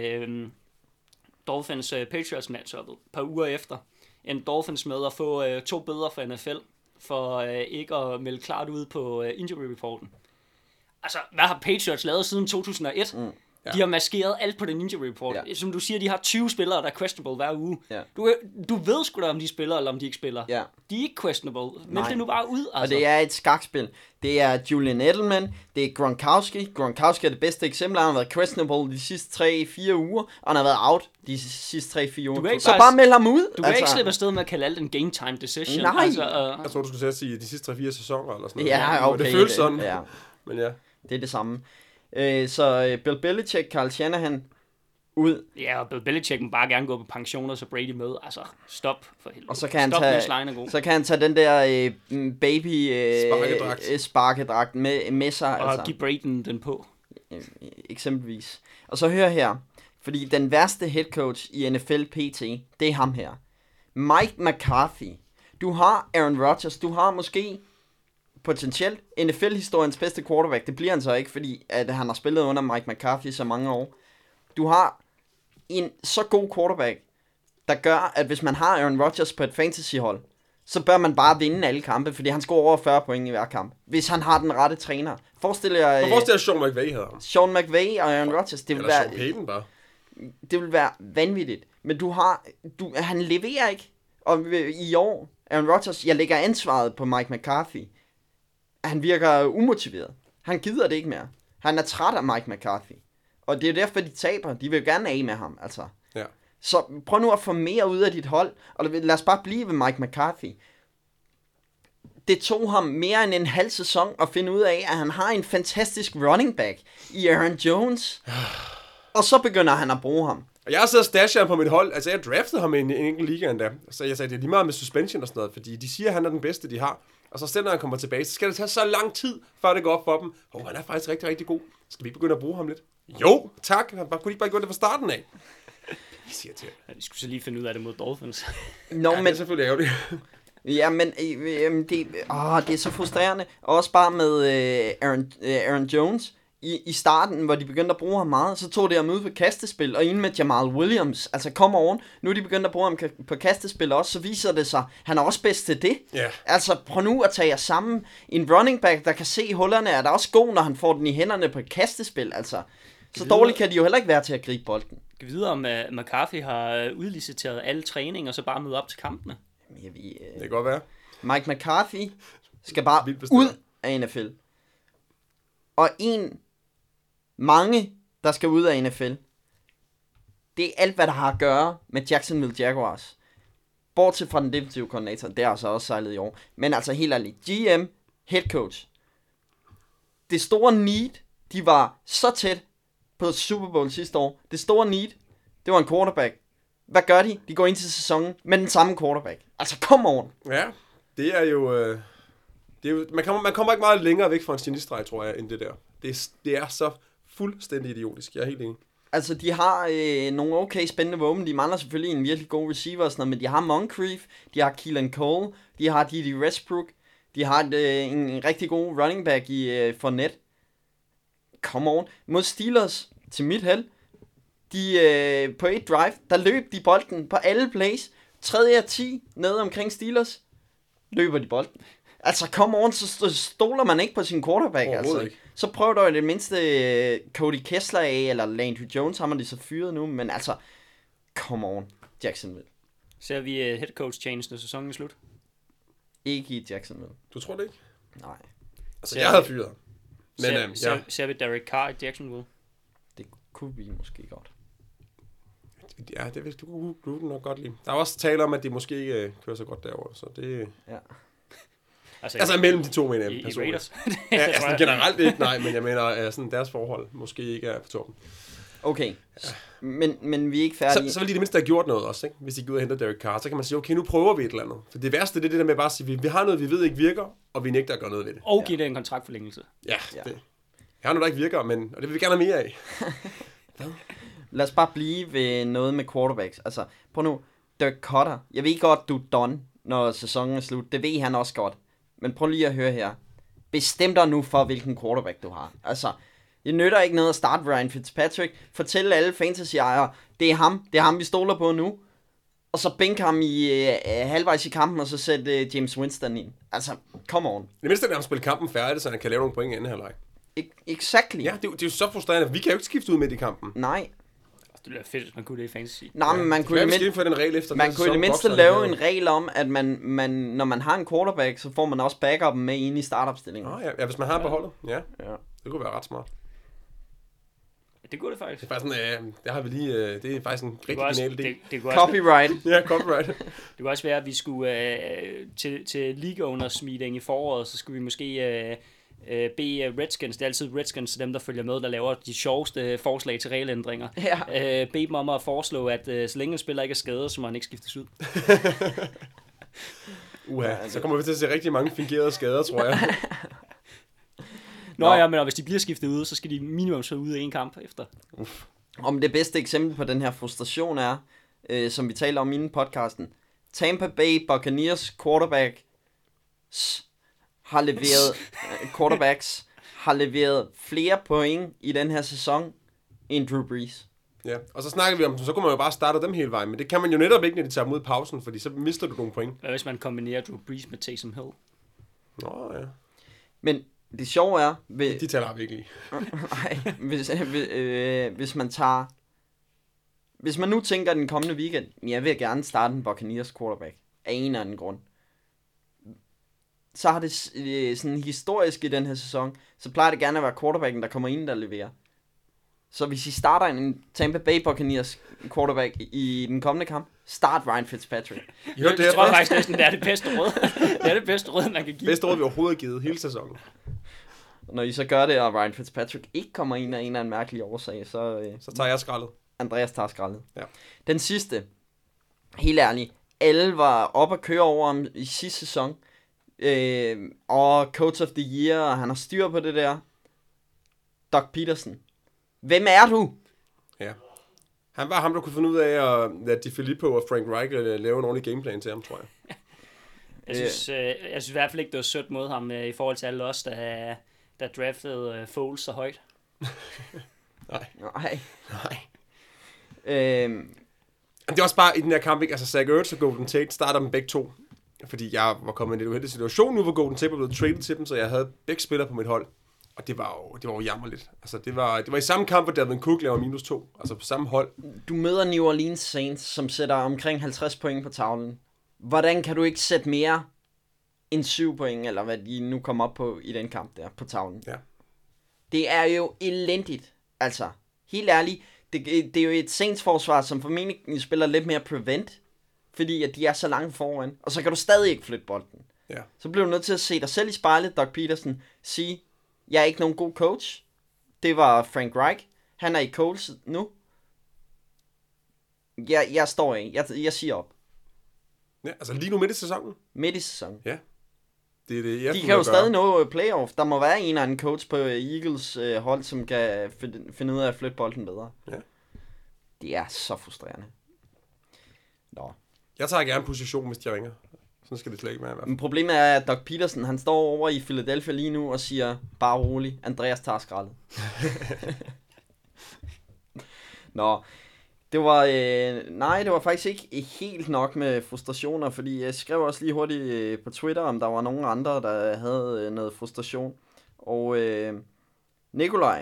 Dolphins Patriots matchuppet, et par uger efter. En Dolphins med at få 2 bøder fra NFL, for ikke at melde klart ud på injury reporten. Altså, hvad har Patriots lavet siden 2001? Ja. De har maskeret alt på den injury report. Ja. Som du siger, de har 20 spillere, der er questionable hver uge. Ja. Du ved sgu da, om de spiller, eller om de ikke spiller. Ja. De er ikke questionable. Men det er nu bare ud, altså. Og det er et skakspil. Det er Julian Edelman, det er Gronkowski. Gronkowski er det bedste eksempel. Han har været questionable de sidste 3-4 uger, og han har været out de sidste 3-4 uger. Så bare meld ham ud. Du kan ikke slippe afsted med at kalde alt en game time decision. Nej. Altså, jeg tror, du skulle sige de sidste 3-4 sæsoner, eller sådan noget. Ja, okay. Det føles sådan. Ja. Men ja. Det er det samme. Så Bill Belichick, Kyle Shanahan, ud. Ja, og Bill Belichick må bare gerne gå på pensioner, så Brady med. Altså, stop for helvede. Og så kan han tage den der baby sparkedragt med sig. Og give Brady den på. Eksempelvis. Og så hør her. Fordi den værste head coach i NFL PT, det er ham her. Mike McCarthy. Du har Aaron Rodgers. Du har måske potentielt NFL-historiens bedste quarterback. Det bliver han så ikke, fordi at han har spillet under Mike McCarthy så mange år. Du har en så god quarterback, der gør, at hvis man har Aaron Rodgers på et fantasyhold, så bør man bare vinde alle kampe, fordi han scorer over 40 point i hver kamp. Hvis han har den rette træner. Forestil jer Sean McVay havde ham. Sean McVay og Aaron Rodgers. Det vil være Sean Payton bare. Det vil være vanvittigt. Men han leverer ikke. Og i år, Aaron Rodgers, jeg lægger ansvaret på Mike McCarthy. Han virker umotiveret. Han gider det ikke mere. Han er træt af Mike McCarthy. Og det er derfor, de taber. De vil gerne af med ham, altså. Ja. Så prøv nu at få mere ud af dit hold. Og lad os bare blive ved Mike McCarthy. Det tog ham mere end en halv sæson at finde ud af, at han har en fantastisk running back i Aaron Jones. Og så begynder han at bruge ham. Og jeg har siddet og stashet ham på mit hold. Altså, jeg draftede ham i en enkelt liga endda. Så jeg sagde, det er lige meget med suspension og sådan noget, fordi de siger, at han er den bedste, de har. Og så selv når han kommer tilbage, så skal det tage så lang tid, før det går op for dem. Han er faktisk rigtig, rigtig god. Skal vi ikke begynde at bruge ham lidt? Jo, tak. Kunne de ikke bare gøre det fra starten af? Jeg siger til. Ja, de skulle så lige finde ud af det mod Dolphins. Nå, men det er selvfølgelig ærgerligt. Ja, men det er så frustrerende. Også bare med Aaron Jones. I starten, hvor de begyndte at bruge ham meget, så tog det ham ud på kastespil, og inden med Jamal Williams, altså come on, nu er de begyndt at bruge ham på kastespil også, så viser det sig, han er også bedst til det. Yeah. Altså prøv nu at tage jer sammen. En running back, der kan se hullerne, er der også god, når han får den i hænderne på et kastespil, altså. Så dårligt kan de jo heller ikke være til at gribe bolden. Kan vi vide, om McCarthy har udliciteret alle træning, og så bare møde op til kampene? Det kan godt være. Mike McCarthy skal bare ud af NFL. Og mange, der skal ud af NFL, det er alt, hvad der har at gøre med Jacksonville Jaguars. Bortset fra den defensive koordinator, det er altså også sejlet i år. Men altså helt ærligt, GM, head coach. Det store need, de var så tæt på Super Bowl sidste år. Det store need, det var en quarterback. Hvad gør de? De går ind til sæsonen med den samme quarterback. Altså, come on. Ja, det er jo... man kommer ikke meget længere væk fra en genistreg, tror jeg, end det der. Det er så fuldstændig idiotisk. Jeg er helt enig. Altså, de har nogle okay spændende våben. De mangler selvfølgelig en virkelig god receiver og sådan noget, men de har Moncrief, de har Keelan Cole, de har Dede Westbrook, de har en rigtig god running back i Fournette. Come on. Mod Steelers, til mit held, de på et drive, der løb de bolden på alle plays. 3. og 10 nede omkring Steelers, løber de bolden. Altså, come on, så stoler man ikke på sin quarterback, altså. Ikke. Så prøv dog i det mindste Cody Kessler af, eller Landry Jones, har man de så fyret nu, men altså, come on, Jacksonville. Ser vi head coach change, når sæsonen er slut? Ikke i Jacksonville. Du tror det ikke? Nej. Altså, jeg havde fyret. Men, ser vi Derek Carr i Jacksonville? Det kunne vi måske godt. Ja, det vil du nok godt lide. Der er også tale om, at de måske ikke kører så godt derovre, så det... Ja. Altså mellem de to, mener jeg. I Raiders? Ja, altså generelt ikke, nej, men jeg mener, sådan deres forhold måske ikke er på toppen. Okay, ja. men vi er ikke færdige. Så vil de det mindste have gjort noget også, ikke? Hvis de går ud og henter Derek Carr, så kan man sige, okay, nu prøver vi et eller andet. For det værste, det er det der med bare at sige, vi har noget, vi ved ikke virker, og vi nægter at gøre noget ved det. Og give det en kontraktforlængelse. Ja. Det. Jeg har noget, der ikke virker, og det vil vi gerne have mere af. Lad os bare blive ved noget med quarterbacks. Altså, prøv nu, Dirk Kotter. Jeg ved godt, du er done, når sæsonen er slut. Det ved han også godt. Men prøv lige at høre her. Bestem dig nu for, hvilken quarterback du har. Altså, det nytter ikke noget at starte Ryan Fitzpatrick. Fortæl alle fantasy-ejere, det er ham, vi stoler på nu. Og så bænk ham i halvvejs i kampen, og så sæt James Winston ind. Altså, come on. Det mindste er, at han spiller kampen færdig, så han kan lave nogle point i anden halvleg. Exactly. Ja, det er jo så frustrerende. Vi kan jo ikke skifte ud midt i kampen. Nej. Det er fedt, hvis man kunne det i fantasy. Nej, men man kunne i det mindste lave en regel om, at man, når man har en quarterback, så får man også backup med ind i startopstillingen. Ja, hvis man har beholdet. Ja. Det kunne være ret smart. Det kunne det faktisk. Det er faktisk sådan, det har vi lige, det er faktisk en rigtig genial idé. Copyright. Ja, copyright. Det kunne også være, at vi skulle til League Owners meeting i foråret, så skulle vi måske bede Redskins, det er altid Redskins, dem der følger med, der laver de sjoveste forslag til regelændringer. Ja. Bede dem om at foreslå, at så længe en spiller ikke er skadet, så må han ikke skiftes ud. Så kommer vi til at se rigtig mange fingerede skader, tror jeg. Nå ja, men hvis de bliver skiftet ud, så skal de minimum så ud af en kamp efter. Om det bedste eksempel på den her frustration er, som vi taler om inden podcasten, Tampa Bay Buccaneers quarterbacks har leveret flere point i den her sæson end Drew Brees. Ja, og så snakker vi om, så kunne man jo bare starte dem hele vejen, men det kan man jo netop ikke, når de tager dem ud i pausen, fordi så mister du nogle point. Hvad hvis man kombinerer Drew Brees med Taysom Hill? Nå ja. Men det sjove er... De taler virkelig. Hvis man tager... Hvis man nu tænker den kommende weekend, jeg vil gerne starte en Buccaneers quarterback, af en eller anden grund. Så har det sådan historisk i den her sæson, så plejer det gerne at være quarterbacken, der kommer ind, der leverer. Så hvis I starter en Tampa Bay Buccaneers quarterback i den kommende kamp, start Ryan Fitzpatrick. Jeg tror faktisk næsten, det er det bedste råd. Det er det bedste råd, man kan give. Bedste råd, vi overhovedet har givet hele sæsonen. Når I så gør det, og Ryan Fitzpatrick ikke kommer ind af en eller anden mærkelig årsag, så tager jeg skraldet. Andreas tager skraldet. Ja. Den sidste, helt ærligt, alle var op at køre over ham i sidste sæson, og Coach of the Year, og han har styr på det der. Doug Peterson. Hvem er du? Ja. Han var ham, der kunne finde ud af at lade DiFilippo og Frank Reich lave en ordentlig gameplan til ham, tror jeg. Jeg synes i hvert fald ikke, det var sødt mod ham i forhold til alle os, der draftede Foles så højt. Nej. Det er også bare i den her kamp, ikke? Altså Zach Ertz og Golden Tate starter dem begge to. Fordi jeg var kommet i en lidt uheldig situation nu, hvor Golden Tate var blevet traded til dem, så jeg havde begge spillere på mit hold. Og det var jo jammerligt. Altså det var i samme kamp, hvor Dalvin Cook laver -2. Altså på samme hold. Du møder New Orleans Saints, som sætter omkring 50 point på tavlen. Hvordan kan du ikke sætte mere end 7 point, eller hvad de nu kommer op på i den kamp der på tavlen? Ja. Det er jo elendigt. Altså, helt ærligt, det er jo et Saints-forsvar, som formentlig spiller lidt mere prevent, fordi at de er så langt foran, og så kan du stadig ikke flytte bolden. Ja. Så bliver du nødt til at se dig selv i spejlet, Doug Peterson, sige, jeg er ikke nogen god coach. Det var Frank Reich. Han er i Coles nu. Jeg står af. Jeg siger op. Ja, altså lige nu midt i sæsonen? Midt i sæsonen. Ja. Det er det, de kan jo stadig nå playoff. Der må være en eller anden coach på Eagles hold, som kan finde ud af at flytte bolden bedre. Ja. Det er så frustrerende. Nå. Jeg tager gerne position, hvis de ringer. Sådan skal det slet ikke være. Men problemet er, at Doug Peterson, han står over i Philadelphia lige nu og siger, bare rolig, Andreas tager skraldet. Nå, det var, det var faktisk ikke helt nok med frustrationer, fordi jeg skrev også lige hurtigt på Twitter, om der var nogen andre, der havde noget frustration. Og Nikolaj,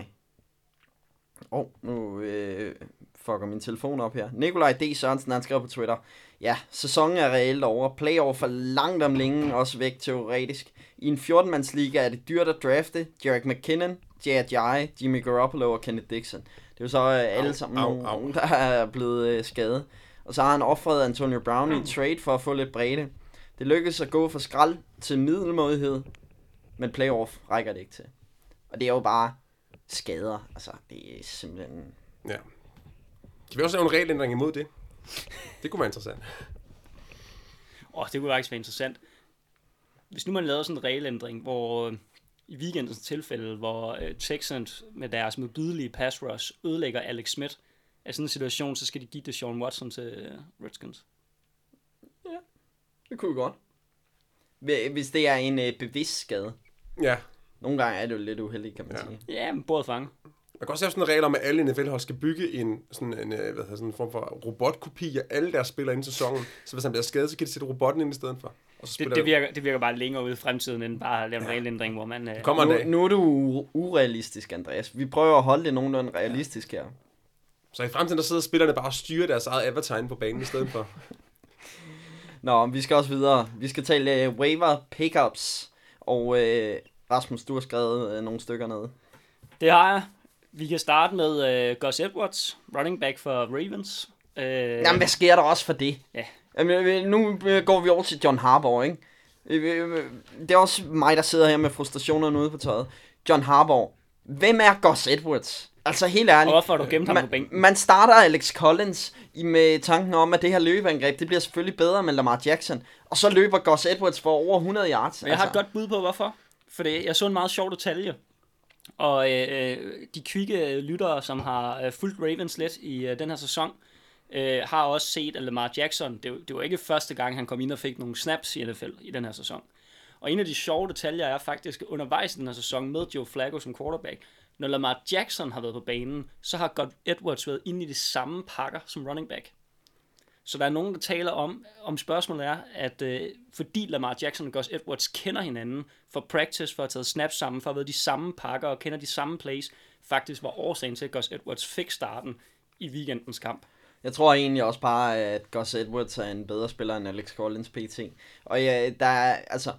nu fucker min telefon op her. Nikolaj D. Sørensen, han skrev på Twitter, ja, sæsonen er reelt over. Playoff er langt om længe, også væk teoretisk. I en 14-mandsliga er det dyrt at drafte Jerick McKinnon, J.J., Jimmy Garoppolo og Kenneth Dixon. Det er jo så alle sammen nogen, der er blevet skadet. Og så har han offret Antonio Brown i trade for at få lidt bredde. Det lykkedes at gå fra skrald til middelmådighed, men playoff rækker det ikke til. Og det er jo bare skader. Altså, det er simpelthen... Ja. Kan vi også lave en regelændring imod det? Det kunne være interessant. Det kunne faktisk være interessant. Hvis nu man lavede sådan en regelændring, hvor i weekendens tilfælde, hvor Texans med deres modbydelige pass rush ødelægger Alex Smith, i sådan en situation, så skal de give Deshaun Watson til Redskins. Ja, det kunne godt. Hvis det er en bevidst skade. Ja. Nogle gange er det jo lidt uheldigt, kan man sige. Ja, men både fange. Man kan også have sådan en regel om, at alle NFL-hold skal bygge en form for robotkopi af alle deres spillere inden sæsonen. Så hvis han bliver skadet, så kan de sætte robotten ind i stedet for. Og så Det virker bare længere ude i fremtiden, end bare at lave en regelændring, hvor man... kommer en dag. Nu er du urealistisk, Andreas. Vi prøver at holde det nogenlunde realistisk her. Så i fremtiden, der sidder spillerne bare og styrer deres eget avatar på banen i stedet for. Nå, vi skal også videre. Vi skal tale waiver pickups. Og Rasmus, du har skrevet nogle stykker ned. Det har jeg. Vi kan starte med Gus Edwards, running back for Ravens. Jamen, hvad sker der også for det? Ja. Jamen, nu går vi over til John Harbaugh, ikke? Det er også mig, der sidder her med frustrationerne ude på tøjet. John Harbaugh. Hvem er Gus Edwards? Altså, helt ærligt. Hvorfor har du gemt ham på bænken? Man starter Alex Collins med tanken om, at det her løbeangreb, det bliver selvfølgelig bedre med Lamar Jackson. Og så løber Gus Edwards for over 100 yards. Men jeg har et godt bud på, hvorfor. Fordi jeg så en meget sjov detalje. Og de kvikke lyttere, som har fulgt Ravens lidt i den her sæson, har også set, at Lamar Jackson, det var ikke første gang, han kom ind og fik nogle snaps i NFL i den her sæson. Og en af de sjove detaljer er faktisk, undervejs i den her sæson med Joe Flacco som quarterback, når Lamar Jackson har været på banen, så har Gus Edwards været inde i de samme pakker som running back. Så der er nogen, der taler om spørgsmålet er, at fordi Lamar Jackson og Gus Edwards kender hinanden for practice, for at have taget snaps sammen, for at have været de samme pakker og kender de samme plays, faktisk var årsagen til, at Gus Edwards fik starten i weekendens kamp. Jeg tror egentlig også bare, at Gus Edwards er en bedre spiller end Alex Collins PT. Og ja, der er altså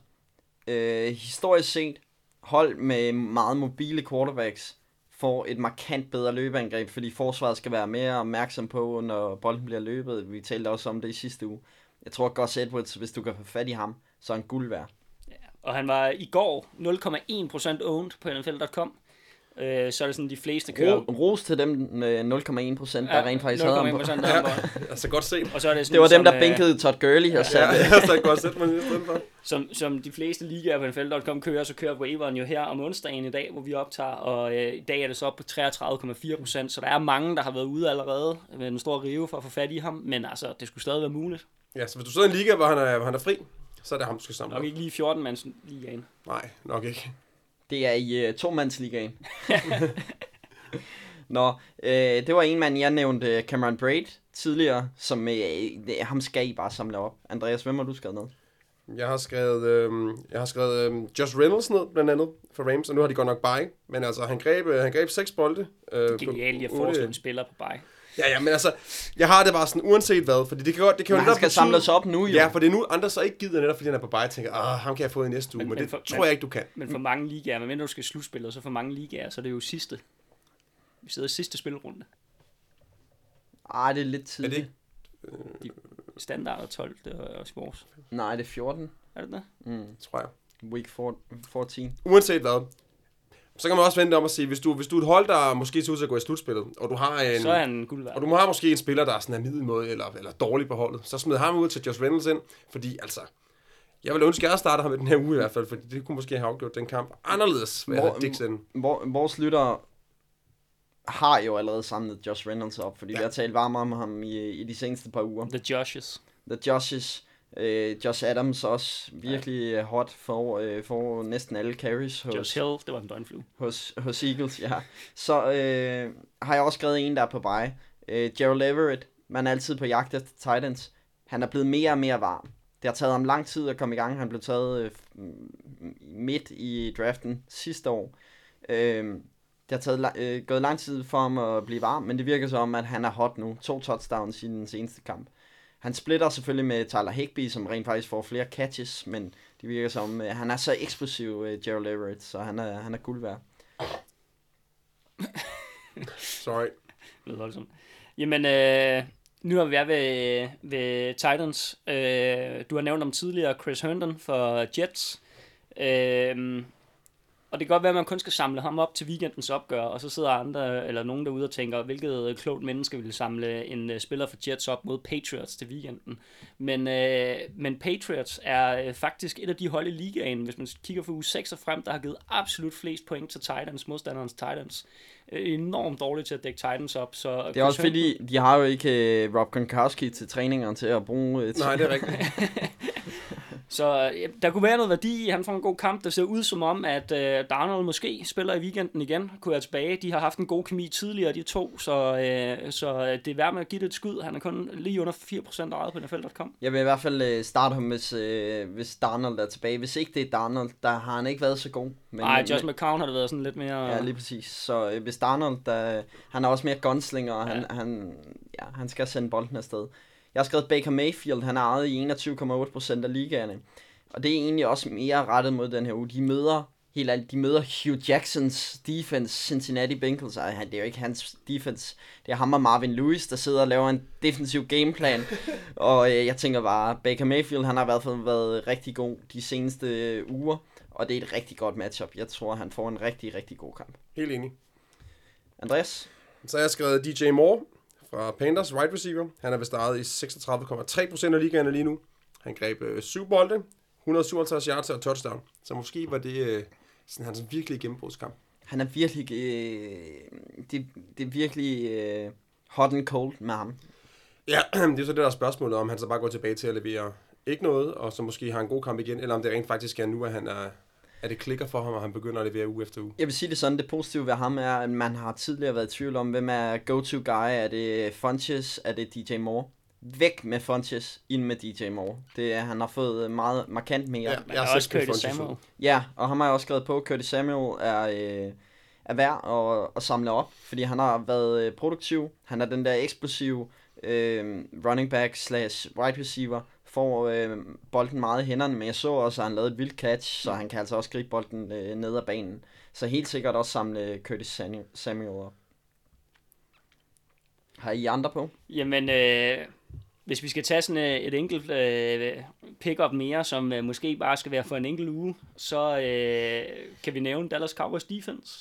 historisk set hold med meget mobile quarterbacks får et markant bedre løbeangreb, fordi forsvaret skal være mere opmærksom på, når bolden bliver løbet. Vi talte også om det i sidste uge. Jeg tror, Gus Edwards, hvis du kan få fat i ham, så er han guld værd. Ja, og han var i går 0,1% owned på NFL.com. Så er det sådan, de fleste kører... Ros til dem 0,1%, der rent faktisk havde ham på. Altså godt set. Og så er det, sådan, det var dem, der bænkede Todd Gurley og satte. Ja, så godt set man i stedet for. Som de fleste ligaer på NFL.com kører, så kører waiveren jo her om onsdagen i dag, hvor vi optager, og i dag er det så op på 33,4%, så der er mange, der har været ude allerede med en stor rive for at få fat i ham, men altså, det skulle stadig være muligt. Ja, så hvis du sidder i en liga, hvor han er fri, så er det ham, du skal samle nok ikke lige 14-mands ligaen. Nej, nok ikke. Det er i tomandsligaen. Nå, det var en mand, jeg nævnte, Cameron Braid, tidligere, som ham skal I bare samle op. Andreas, hvem har du skrevet ned? Jeg har skrevet Josh Reynolds ned, blandt andet, for Rams, og nu har de godt nok bye, men altså, han greb 6 bolde. Det er genialt, at foreslå en spiller på bye. Ja, men altså, jeg har det bare sådan, uanset hvad, fordi det kan jo netop han skal samles op nu, jo. Ja, for det er nu, andre så ikke gider netop, fordi han er på bye, tænker, ham kan jeg få i næste uge, men det tror jeg ikke, du kan. Men for mange ligaer, men når du skal slutspille, så for mange ligaer, så er det jo sidste. Vi sidder i sidste spilrunde. Ej, det er lidt tidligt. Er det standard er 12, det er også vores. Nej, det er 14. Er det det? Tror jeg. Week 14. Uanset hvad, så kan man også vente om at sige, hvis du er et hold, der måske ser ud til at gå i slutspillet, og du har en, så er han guld værd. Og du har måske en spiller, der er sådan middelmåde eller dårlig på holdet, så smid ham ud til Josh Reynolds ind, fordi altså, jeg vil ønske, at jeg starter ham i den her uge i hvert fald, fordi det kunne måske have afgjort den kamp anderledes, hvad jeg havde Dixon. Vores lyttere har jo allerede samlet Josh Reynolds op, fordi vi har talt varmt om ham i de seneste par uger. The Joshes. Josh Adams også virkelig hot for næsten alle carries. Josh Hill, det var en døgnflue. Hos Eagles, ja. Så har jeg også skrevet en, der er på vej. Gerald Everett, man er altid på jagt efter Titans. Han er blevet mere og mere varm. Det har taget ham lang tid at komme i gang. Han blev taget midt i draften sidste år. Det har gået lang tid for ham at blive varm, men det virker som, at han er hot nu. 2 touchdowns i den seneste kamp. Han splitter selvfølgelig med Tyler Higbee, som rent faktisk får flere catches, men det virker som, han er så eksplosiv, Gerald Everett, så han er guld værd. Sorry. Det er voldsomt. Jamen, nu er vi ved Titans. Du har nævnt om tidligere Chris Herndon for Jets. Og det kan godt være, at man kun skal samle ham op til weekendens opgør, og så sidder andre eller nogen derude og tænker, hvilket klogt menneske vil samle en spiller for Jets op mod Patriots til weekenden. Men Patriots er faktisk et af de hold i ligaen, hvis man kigger for uge 6 og frem, der har givet absolut flest point til Titans, modstanderens Titans. Enormt dårligt til at dække Titans op. Så det er også fordi, de har jo ikke Rob Gronkowski til træningerne til at bruge... Nej, det er rigtigt. Så der kunne være noget værdi i, han får en god kamp. Det ser ud som om, at Darnold måske spiller i weekenden igen, kunne være tilbage. De har haft en god kemi tidligere, de to, så det er værd med at give det et skud. Han er kun lige under 4% ejet på NFL.com. Jeg vil i hvert fald starte ham, hvis Darnold er tilbage. Hvis ikke det er Darnold, der har han ikke været så god. Nej, Josh McCown har det været sådan lidt mere... Ja, lige præcis. Så hvis Darnold, han er også mere gunslinger, og han skal sende bolden afsted. Jeg har skrevet Baker Mayfield, han er ejet i 21,8% af ligaerne. Og det er egentlig også mere rettet mod den her uge. De møder Hugh Jacksons defense, Cincinnati Bengals. Det er jo ikke hans defense. Det er ham og Marvin Lewis, der sidder og laver en defensiv gameplan. Og jeg tænker bare, Baker Mayfield, han har i hvert fald været rigtig god de seneste uger. Og det er et rigtig godt matchup. Jeg tror, han får en rigtig, rigtig god kamp. Helt enig. Andreas? Så har jeg skrevet DJ Moore fra Panthers, wide receiver. Han er vist ejet i 36,3% af ligaerne lige nu. Han greb 7 bolde, 157 yards og touchdown. Så måske var det sådan hans virkelig gennembrudskamp. Han er virkelig... det er virkelig hot and cold med ham. Ja, det er så det, der er spørgsmålet, om han så bare går tilbage til at levere ikke noget, og så måske har en god kamp igen, eller om det rent faktisk er nu, at han er det klikker for ham, og han begynder at levere uge efter uge. Jeg vil sige det sådan, det positive ved ham er, at man har tidligere været i tvivl om, hvem er go-to guy. Er det Funches? Er det DJ Moore? Væk med Funches, ind med DJ Moore. Han har fået meget markant mere. Ja, jeg har også Curtis Samuel. Ja, og ham har jeg også skrevet på. Curtis Samuel er værd at samle op, fordi han har været produktiv. Han er den der eksplosive running back / wide receiver. Får bolden meget i hænderne, men jeg så også, at han lavede et vildt catch, så han kan altså også gribe bolden ned ad banen. Så helt sikkert også samle Curtis Samuel op. Har I andre på? Jamen, hvis vi skal tage sådan et enkelt pick-up mere, som måske bare skal være for en enkelt uge, så kan vi nævne Dallas Cowboys defense.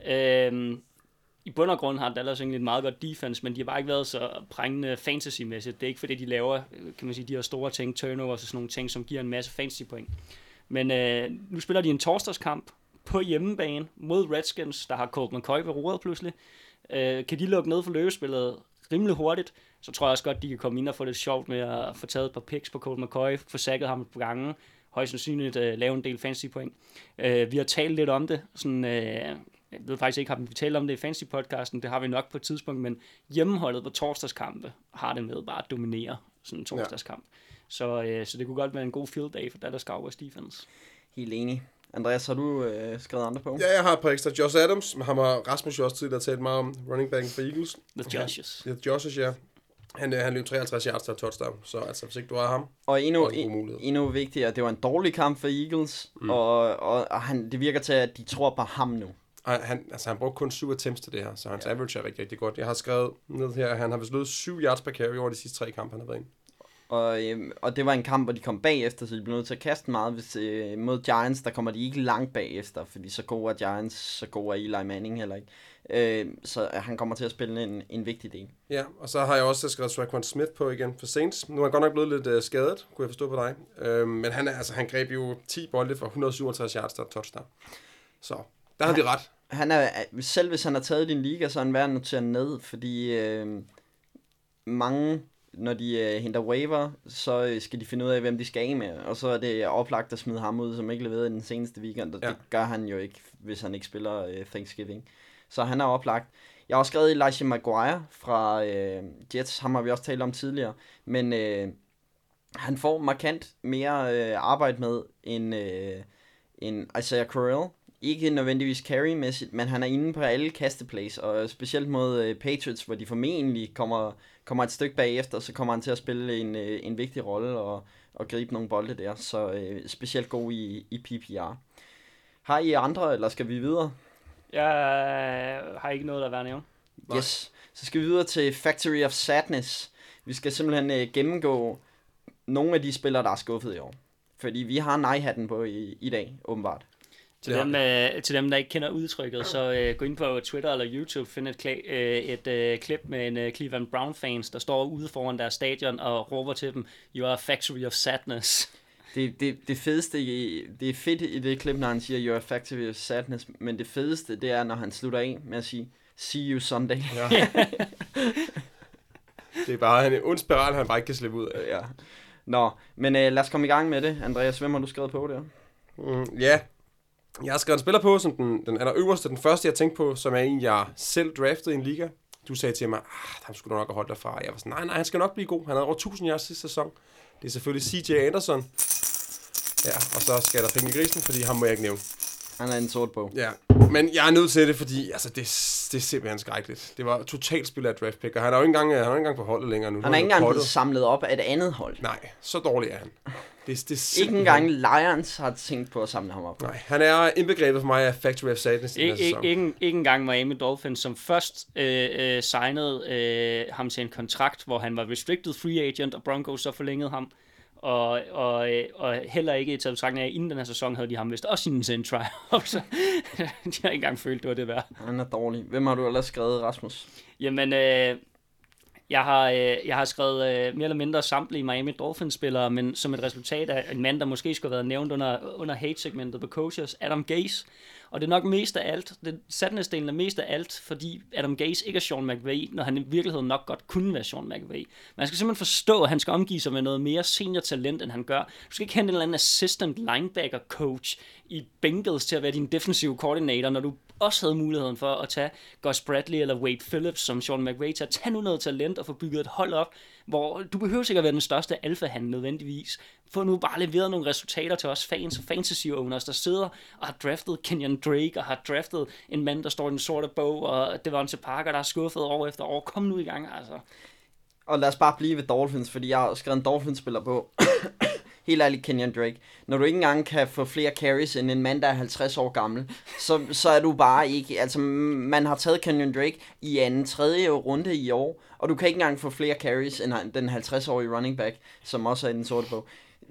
I bund og grund har Dallas egentlig et meget godt defense, men de har bare ikke været så prængende fantasy-mæssigt. Det er ikke fordi, de laver, kan man sige, de her store ting, turnovers og sådan nogle ting, som giver en masse fantasy-point. Men nu spiller de en torsdagskamp på hjemmebane mod Redskins, der har Colt McCoy ved roret pludselig. Kan de lukke ned for løbespillet rimelig hurtigt, så tror jeg også godt, de kan komme ind og få det sjovt med at få taget et par picks på Colt McCoy, få sækket ham på gange, højst sandsynligt lave en del fantasy-point. Vi har talt lidt om det, sådan... Jeg ved faktisk ikke, om vi taler om det i Fantasy-podcasten, det har vi nok på et tidspunkt, men hjemmeholdet på torsdagskampe har det med bare at dominere sådan en torsdagskamp. Ja. Så det kunne godt være en god field day for Dallas Cowboys defense. Helt enig. Andreas, har du skrevet andre på? Ja, jeg har et par ekstra. Josh Adams, ham har Rasmus jo også tidligere talt meget om, running back for Eagles. The Joshes. The Joshes, ja. Han løb 53 yards til touchdown, så altså, hvis ikke du har ham, og endnu vigtigere, det var en dårlig kamp for Eagles, og det virker til, at de tror på ham nu. Han brugte kun 7 attempts til det her, så hans average er rigtig, rigtig godt. Jeg har skrevet ned her, at han har vist løbet 7 yards per carry over de sidste 3 kampe, han har været inde. Og det var en kamp, hvor de kom bagefter, så de blev nødt til at kaste meget. Hvis, mod Giants, der kommer de ikke langt bagefter, fordi så gode er Giants, så gode er Eli Manning heller ikke. Så han kommer til at spille en vigtig del. Ja, og så har jeg også skrevet Traquan Smith på igen for Saints. Nu er han godt nok blevet lidt skadet, kunne jeg forstå på dig. Men han greb jo 10 bolde for 157 yards til touchdown. Så der har de ret. Han er, selv hvis han har taget din liga, så er han værd at notere ned, fordi mange, når de henter waiver, så skal de finde ud af, hvem de skal af med, og så er det oplagt at smide ham ud, som ikke leverede i den seneste weekend, og det gør han jo ikke, hvis han ikke spiller Thanksgiving. Så han er oplagt. Jeg har også skrevet Elijah Maguire fra Jets, ham har vi også talt om tidligere, men han får markant mere arbejde med end Isaiah Crowell. Ikke nødvendigvis carry-mæssigt, men han er inde på alle kasteplays, og specielt mod Patriots, hvor de formentlig kommer et stykke bagefter, så kommer han til at spille en vigtig rolle og gribe nogle bolde der, så specielt god i PPR. Har I andre, eller skal vi videre? Jeg har ikke noget, der er værd at nævne. Yes, så skal vi videre til Factory of Sadness. Vi skal simpelthen gennemgå nogle af de spillere, der er skuffet i år. Fordi vi har nej-hatten på i dag, åbenbart. Til dem, der ikke kender udtrykket, så gå ind på Twitter eller YouTube, find et klip med en Cleveland Brown-fans, der står ude foran deres stadion og råber til dem, "You are a factory of sadness." Det fedeste, det er fedt i det klip, når han siger, "You are a factory of sadness", men det fedeste, det er, når han slutter af med at sige, "See you Sunday." Ja. Det er bare en ond spiral, han bare ikke kan slippe ud af. Ja. Nå, men lad os komme i gang med det. Andreas, hvem har du skrevet på der? Ja, jeg har skrevet en spiller på, som den allerøverste, den første jeg tænkte på, som er en, jeg selv draftede i en liga. Du sagde til mig, han skulle nok have holdt derfra. Jeg var sådan, nej, han skal nok blive god. Han havde over 1000 yards sidste sæson. Det er selvfølgelig CJ Anderson. Ja, og så skal der penge i grisen, fordi ham må jeg ikke nævne. Han er en sort bog. Ja, men jeg er nødt til det, fordi altså, det er simpelthen skrækkeligt. Det var totalt spil af draft pick, og han er jo ikke engang på holdet længere nu. Han er ikke engang blevet samlet op af et andet hold. Nej, så dårlig er han. Det er ikke engang Lions har tænkt på at samle ham op. Nej, han er indbegrebet for mig af Factory of Sadness i den her sæson. Ikke engang Miami Dolphins, som først signede ham til en kontrakt, hvor han var restricted free agent, og Broncos så forlængede ham. Og heller ikke til betragtning af, inden den her sæson havde de ham vist også inden en tryout, så de har ikke engang følt, det var det værd. Han er dårlig. Hvem har du ellers skrevet, Rasmus? Jamen, jeg har skrevet mere eller mindre samtlige Miami Dolphins-spillere, men som et resultat af en mand, der måske skulle have været nævnt under hate-segmentet på Coaches, Adam Gase. Og det er nok mest af alt, sadness-delen er mest af alt, fordi Adam Gase ikke er Sean McVay, når han i virkeligheden nok godt kunne være Sean McVay. Man skal simpelthen forstå, at han skal omgive sig med noget mere senior talent, end han gør. Du skal ikke hente en eller anden assistant linebacker coach i Bengals til at være din defensive coordinator, når du også havde muligheden for at tage Gus Bradley eller Wade Phillips som Sean McVay til at tage nu noget talent og få bygget et hold op, hvor du behøver sikkert være den største alfa-han nødvendigvis. Få nu bare leveret nogle resultater til os fans og fantasy-owners, der sidder og har draftet Kenyon Drake og har draftet en mand, der står i den sorte bog, og Devontae Parker, der er skuffet år efter år. Kom nu i gang, altså. Og lad os bare blive ved Dolphins, fordi jeg har skrevet en Dolphins-spiller på. Helt ærligt, Kenyon Drake. Når du ikke engang kan få flere carries end en mand, der er 50 år gammel, så er du bare ikke... Altså, man har taget Kenyon Drake i tredje runde i år, og du kan ikke engang få flere carries end den 50-årige running back, som også er i den sorte bog.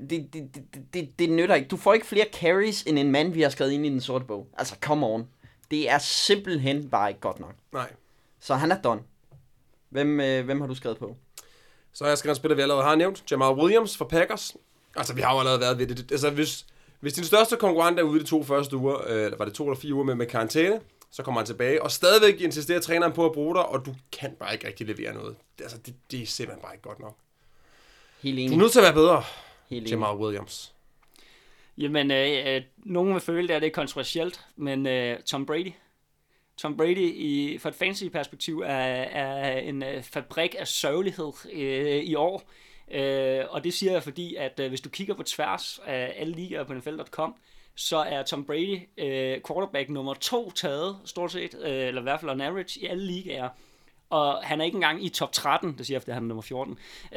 Det nytter ikke. Du får ikke flere carries end en mand, vi har skrevet ind i den sorte bog. Altså, come on. Det er simpelthen bare ikke godt nok. Nej. Så han er done. Hvem har du skrevet på? Så jeg skal spille, vi allerede har nævnt. Jamal Williams fra Packers. Altså, vi har jo allerede været ved det. Altså, hvis din største konkurrent er ude de 2 første uger, eller var det 2 eller 4 uger med karantæne, så kommer han tilbage, og stadigvæk insisterer træneren på at bruge dig, og du kan bare ikke rigtig levere noget. Altså, det er simpelthen bare ikke godt nok. Helt enig. Du er nødt til at være bedre, Helt Jamal Williams. Jamen, nogen vil føle, at det er kontroversielt, men Tom Brady fra et fantasy-perspektiv er en fabrik af sørgelighed i år. Og det siger jeg, fordi at hvis du kigger på tværs af alle ligaer på NFL.com, så er Tom Brady quarterback nummer 2 taget, stort set, eller i hvert fald on average, i alle ligaer. Og han er ikke engang i top 13, det siger jeg, fordi han er nummer 14,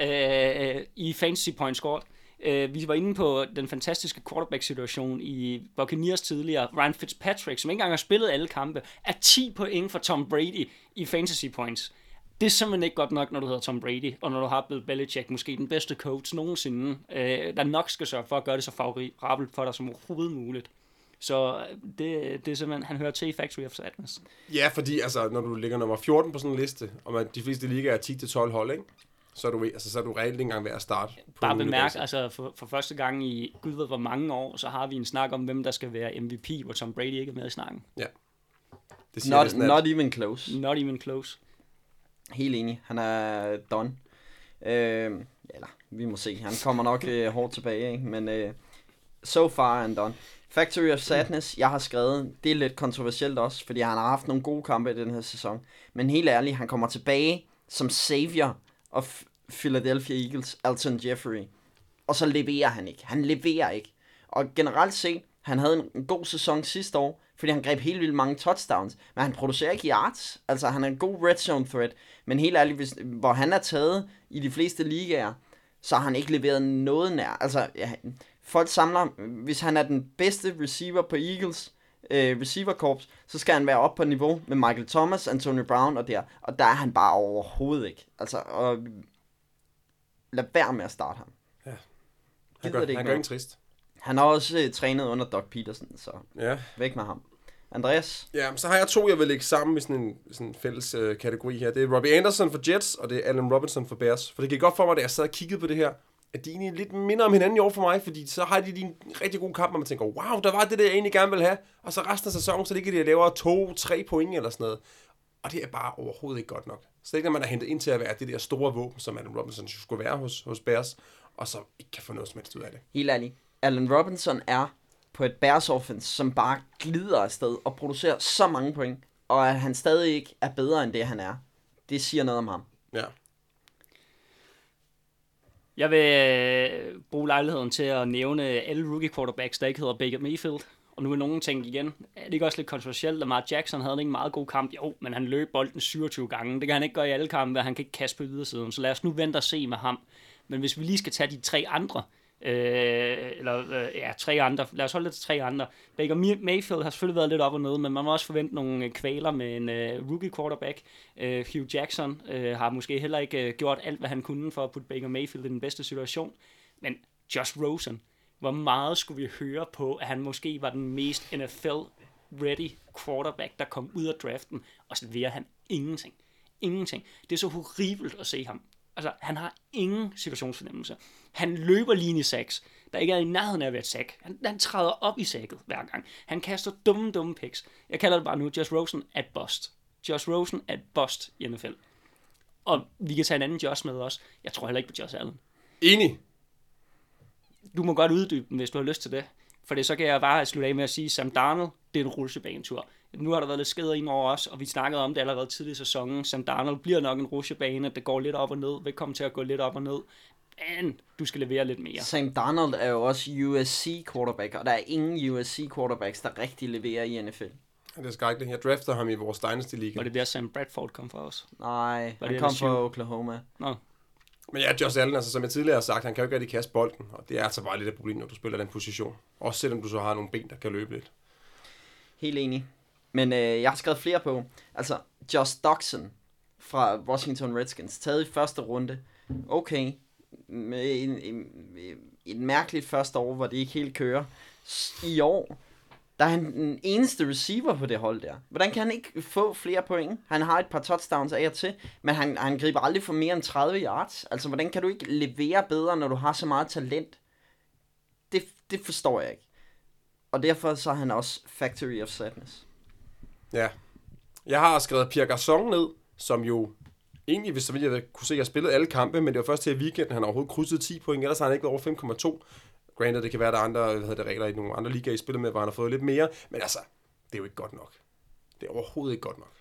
i fantasy points scored. Vi var inde på den fantastiske quarterback-situation i Buccaneers tidligere. Ryan Fitzpatrick, som ikke engang har spillet alle kampe, er 10 point for Tom Brady i fantasy points. Det er simpelthen ikke godt nok, når du hedder Tom Brady, og når du har Bill Belichick, måske den bedste coach nogensinde, der nok skal sørge for at gøre det så favorabelt for dig som overhovedet muligt. Så det er simpelthen, han hører til i Factory of Sadness. Ja, fordi altså, når du ligger nummer 14 på sådan en liste, og de fleste ligaer er 10-12 hold, ikke? Så er du reelt ikke engang ved at starte. Bare bemærk, altså for første gang i Gud ved hvor mange år, så har vi en snak om, hvem der skal være MVP, hvor Tom Brady ikke er med i snakken. Ja. Det siger not even close. Not even close. Helt enig. Han er done. Eller, vi må se. Han kommer nok hårdt tilbage, ikke? Men so far han done. Factory of Sadness, jeg har skrevet, det er lidt kontroversielt også, fordi han har haft nogle gode kampe i den her sæson. Men helt ærligt, han kommer tilbage som savior of Philadelphia Eagles, Alton Jeffrey. Og så leverer han ikke. Han leverer ikke. Og generelt set, han havde en god sæson sidste år, fordi han greb helt vildt mange touchdowns. Men han producerer ikke yards. Altså, han er en god red zone threat. Men helt ærligt, hvor han er taget i de fleste ligaer, så har han ikke leveret noget nær. Altså, ja, folk samler, hvis han er den bedste receiver på Eagles receiver corps, så skal han være op på niveau med Michael Thomas, Antonio Brown og der. Og der er han bare overhovedet ikke. Altså, og lad være med at starte ham. Ja. Han gør ikke trist. Han har også trænet under Doug Peterson, så ja. Væk med ham. Andreas? Ja, så har jeg 2, jeg vil lægge sammen i sådan en fælles kategori her. Det er Robbie Anderson for Jets, og det er Allen Robinson for Bears. For det gik godt for mig, da jeg sad og kiggede på det her, at de egentlig lidt minder om hinanden i år for mig, fordi så har de en rigtig god kamp, og man tænker, wow, der var det, jeg egentlig gerne ville have. Og så resten af sæsonen, så ligger de og laver 2-3 point eller sådan noget. Og det er bare overhovedet ikke godt nok. Så det er ikke, når man er hentet ind til at være det der store våben, som Allen Robinson skulle være hos Bears. og så ikke kan få noget som helst ud af det. Helt ærligt. Allen Robinson er på et Bears offense, som bare glider afsted og producerer så mange point, og at han stadig ikke er bedre end det, han er. Det siger noget om ham. Ja. Jeg vil bruge lejligheden til at nævne alle rookie quarterbacks, der ikke hedder Baker Mayfield. Og nu er nogen tænkt igen, er det ikke også lidt kontroversielt? Lamar Jackson havde ikke en meget god kamp. Jo, men han løb bolden 27 gange. Det kan han ikke gøre i alle kampe, og han kan ikke kaste på ydersiden. Så lad os nu vente og se med ham. Men hvis vi lige skal tage de tre andre, tre andre. Lad os holde det til tre andre. Baker Mayfield har selvfølgelig været lidt op og ned, men man må også forvente nogle kvaler med en rookie quarterback. Hugh Jackson har måske heller ikke gjort alt, hvad han kunne for at putte Baker Mayfield i den bedste situation. Men Josh Rosen, hvor meget skulle vi høre på, at han måske var den mest NFL-ready quarterback, der kom ud af draften, og så leverer han ingenting. Ingenting. Det er så horribelt at se ham. Altså, han har ingen situationsfornemmelse. Han løber lige i sacks, der ikke er i nærheden af at være et sack. Han træder op i sacket hver gang. Han kaster dumme picks. Jeg kalder det bare nu, Josh Rosen er et bust. Josh Rosen er et bust i NFL. Og vi kan tage en anden Josh med også. Jeg tror heller ikke på Josh Allen. Enig. Du må godt uddybe den, hvis du har lyst til det. For det så kan jeg bare slutte af med at sige, Sam Darnold, det er en rutsjebanetur. Nu har der været lidt skader ind over os, og vi snakkede om det allerede tidligt i sæsonen. Sam Darnold bliver nok en rutsjebane, det går lidt op og ned, vil komme til at gå lidt op og ned. Men du skal levere lidt mere. Sam Darnold er jo også USC quarterback, og der er ingen USC quarterbacks, der rigtig leverer i NFL. Det er skrækkeligt. Jeg draftede ham i vores Dynasty League. Var det der Sam Bradford kom fra os? Nej, Var han det kom LSU? fra Oklahoma. Nå. Men ja, Josh Allen, altså, som jeg tidligere har sagt, han kan jo ikke rigtig kaste bolden, og det er altså bare lidt et problem, når du spiller den position. Også selvom du så har nogle ben, der kan løbe lidt. Helt enig. Men jeg har skrevet flere på. Altså, Josh Doctson fra Washington Redskins, taget i første runde. Okay, med et mærkeligt første år, hvor det ikke helt kører. I år, der er han den eneste receiver på det hold der. Hvordan kan han ikke få flere point? Han har et par touchdowns af og til, men han griber aldrig for mere end 30 yards. Altså, hvordan kan du ikke levere bedre, når du har så meget talent? Det forstår jeg ikke. Og derfor så er han også Factory of Sadness. Ja. Jeg har skrevet Pierre Garçon ned, som jo egentlig, hvis så ville jeg kunne se, at jeg spillede alle kampe, men det var først til weekenden, han overhovedet krydsede 10 point, ellers har han ikke været over 5,2. Granted, det kan være, at der er andre regler i nogle andre ligaer, I spiller med, hvor han har fået lidt mere, men altså, det er jo ikke godt nok. Det er overhovedet ikke godt nok.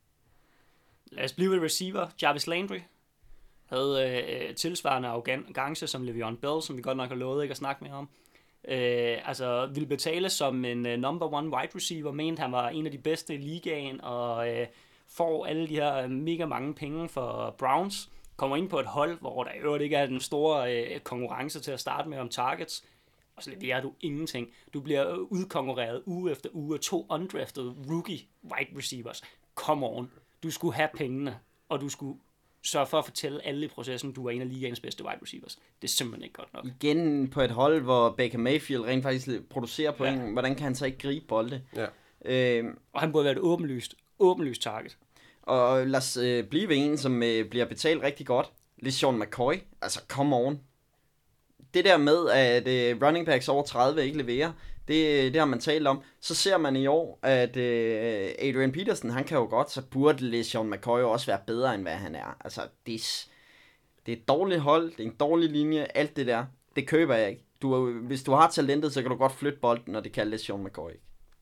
Lad os blive ved receiver. Jarvis Landry havde tilsvarende arrogance som Le'Veon Bell, som vi godt nok har lovet ikke at snakke mere om. Ville betale som en number one wide receiver, mente han var en af de bedste i ligaen, og får alle de her mega mange penge for Browns, kommer ind på et hold, hvor der i øvrigt ikke er den store konkurrence til at starte med om targets, og så leverer du ingenting. Du bliver udkonkurreret uge efter uge af 2 undrafted rookie wide receivers. Come on. Du skulle have pengene, og du skulle sørge for at fortælle alle i processen, du er en af ligaens bedste wide receivers. Det er simpelthen ikke godt nok. Igen på et hold, hvor Baker Mayfield rent faktisk producerer point. Ja. Hvordan kan han så ikke gribe bolde? Ja. Og han burde være et åbenlyst target. Og lad os blive ved en, som bliver betalt rigtig godt. LeSean McCoy. Altså, come on. Det der med, at running backs over 30 ikke leverer, det har man talt om. Så ser man i år, at Adrian Peterson, han kan jo godt, så burde LeSean McCoy jo også være bedre, end hvad han er. Altså, det er et dårligt hold, det er en dårlig linje, alt det der, det køber jeg ikke. Hvis du har talentet, så kan du godt flytte bolden, når det kalder LeSean McCoy.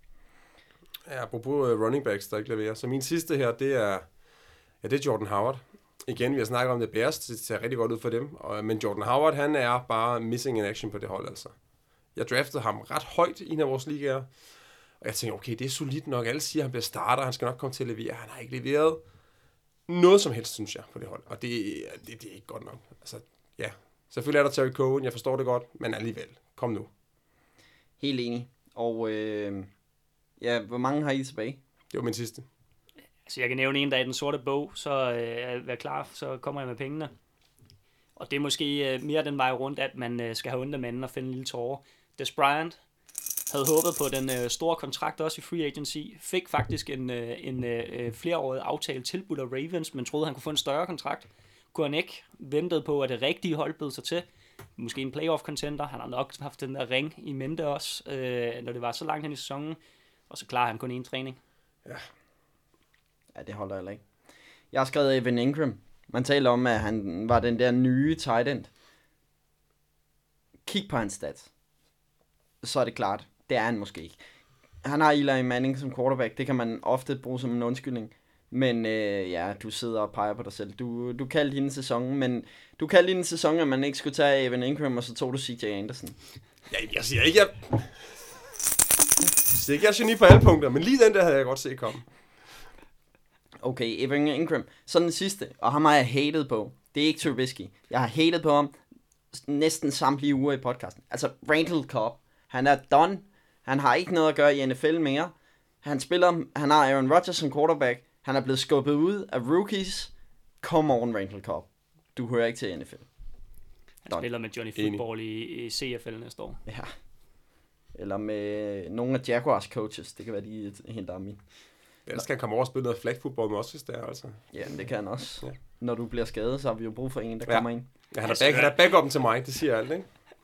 Ja, apropos running backs, der ikke leverer. Så min sidste her, det er Jordan Howard. Igen, vi har snakket om det Bears, det ser rigtig godt ud for dem. Men Jordan Howard, han er bare missing in action på det hold, altså. Jeg draftede ham ret højt i en af vores ligaer. Og jeg tænkte, okay, det er solidt nok. Alle siger, at han bliver starter, han skal nok komme til at levere. Han har ikke leveret noget som helst, synes jeg, på det hold. Og det er ikke godt nok. Altså, ja. Selvfølgelig er der Terry Cohen, jeg forstår det godt, men alligevel. Kom nu. Helt enig. Og hvor mange har I tilbage? Det var min sidste. Så jeg kan nævne en, der er i den sorte bog, så vær klar, så kommer jeg med pengene. Og det er måske mere den vej rundt, at man skal have ondt af manden og finde en lille tåre. Des Bryant havde håbet på den store kontrakt også i free agency, fik faktisk en flereårig aftale tilbudt af Ravens, men troede, han kunne få en større kontrakt. Kunne han ikke, ventede på, at det rigtige hold bød sig til. Måske en playoff contender, han har nok haft den der ring i mente også, når det var så langt hen i sæsonen, og så klarer han kun én træning. Ja, det holder heller ikke. Jeg har skrevet Evan Ingram. Man taler om, at han var den der nye tight end. kig på hans stats. Så er det klart. Det er han måske ikke. Han har Eli Manning som quarterback. Det kan man ofte bruge som en undskyldning. Men ja, du sidder og peger på dig selv. Du kaldte hende sæsonen, men du kaldte hende sæsonen, at man ikke skulle tage Evan Ingram, og så tog du CJ Anderson. Ja, jeg siger ikke, jeg er geni på alle punkter, men lige den der havde jeg godt set komme. Okay, Evan Ingram. Så den sidste, og ham har jeg hated på. Det er ikke Trubisky. Jeg har hated på ham næsten samtlige uger i podcasten. Altså, Randall Cobb. Han er done. Han har ikke noget at gøre i NFL mere. Han har Aaron Rodgers som quarterback. Han er blevet skubbet ud af rookies. Come on, Randall Cobb. Du hører ikke til NFL. Han spiller med Johnny Football i CFL næste år. Ja. Eller med nogle af Jaguars coaches. Det kan være, de henter ham i. Ellers skal han komme over og spille noget flag football med os, hvis det er, altså. Ja, det kan han også. Ja. Når du bliver skadet, så har vi jo brug for en, der kommer ind. Ja, han er backupen til mig, det siger alt, ikke?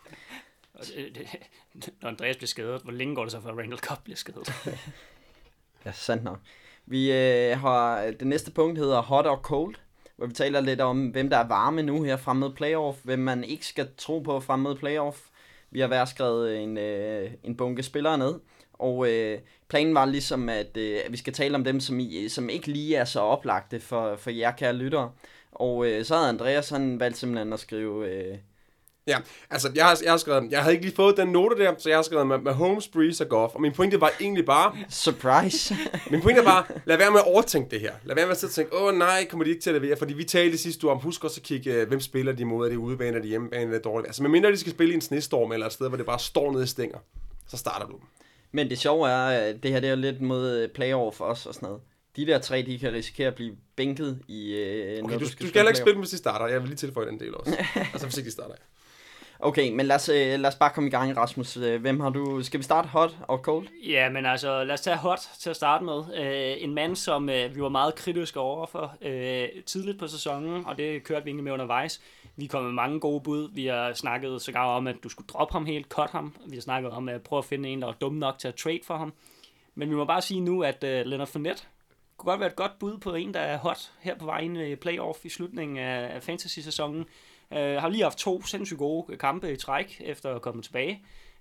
Når Andreas bliver skadet, hvor længe går det så, før Randall Cobb bliver skadet? Ja, sandt nok. Vi har det næste punkt hedder Hot or Cold, hvor vi taler lidt om, hvem der er varme nu her frem mod playoff, hvem man ikke skal tro på frem mod playoff. Vi har været skrevet en bunke spillere ned, og planen var ligesom, at vi skal tale om dem, som ikke lige er så oplagte for jer kære lyttere. Og så havde Andreas valgt simpelthen at skrive... Ja, altså jeg har skrevet, jeg havde ikke lige fået den note der, så jeg har skrevet med Holmes, Breeze og Goff, og min pointe var egentlig bare... Surprise! min pointe var, lad være med at overtænke det her. Lad være med at sidde og tænke, nej, kommer de ikke til at levere, fordi vi talte sidste uge om, husk også at kigge, hvem spiller de imod, er det udebane, er det hjemmebane, er det dårligt. Altså medmindre de skal spille i en snestorm, eller et sted, hvor det bare står nede i stænger, så starter du. Men det sjove er, at det her det er lidt mod playoff for os og sådan noget. De der tre, de kan risikere at blive bænket i... Okay, du skal heller ikke spille dem, hvis de starter. Jeg vil lige tilføje den del også. Altså forsigtigt starter jeg. Okay, men lad os bare komme i gang, Rasmus. Hvem har du? Skal vi starte hot og cold? Ja, men altså, lad os tage hot til at starte med. En mand, som vi var meget kritiske over for tidligt på sæsonen, og det kørte vi egentlig med undervejs. Vi kom med mange gode bud. Vi har snakket sågar om, at du skulle droppe ham helt, cut ham. Vi har snakket om at prøve at finde en, der var dum nok til at trade for ham. Men vi må bare sige nu, at Leonard Fournette kunne godt være et godt bud på en, der er hot her på vejen i playoff i slutningen af fantasy-sæsonen. Har lige haft 2 sindssygt gode kampe i træk efter at komme tilbage.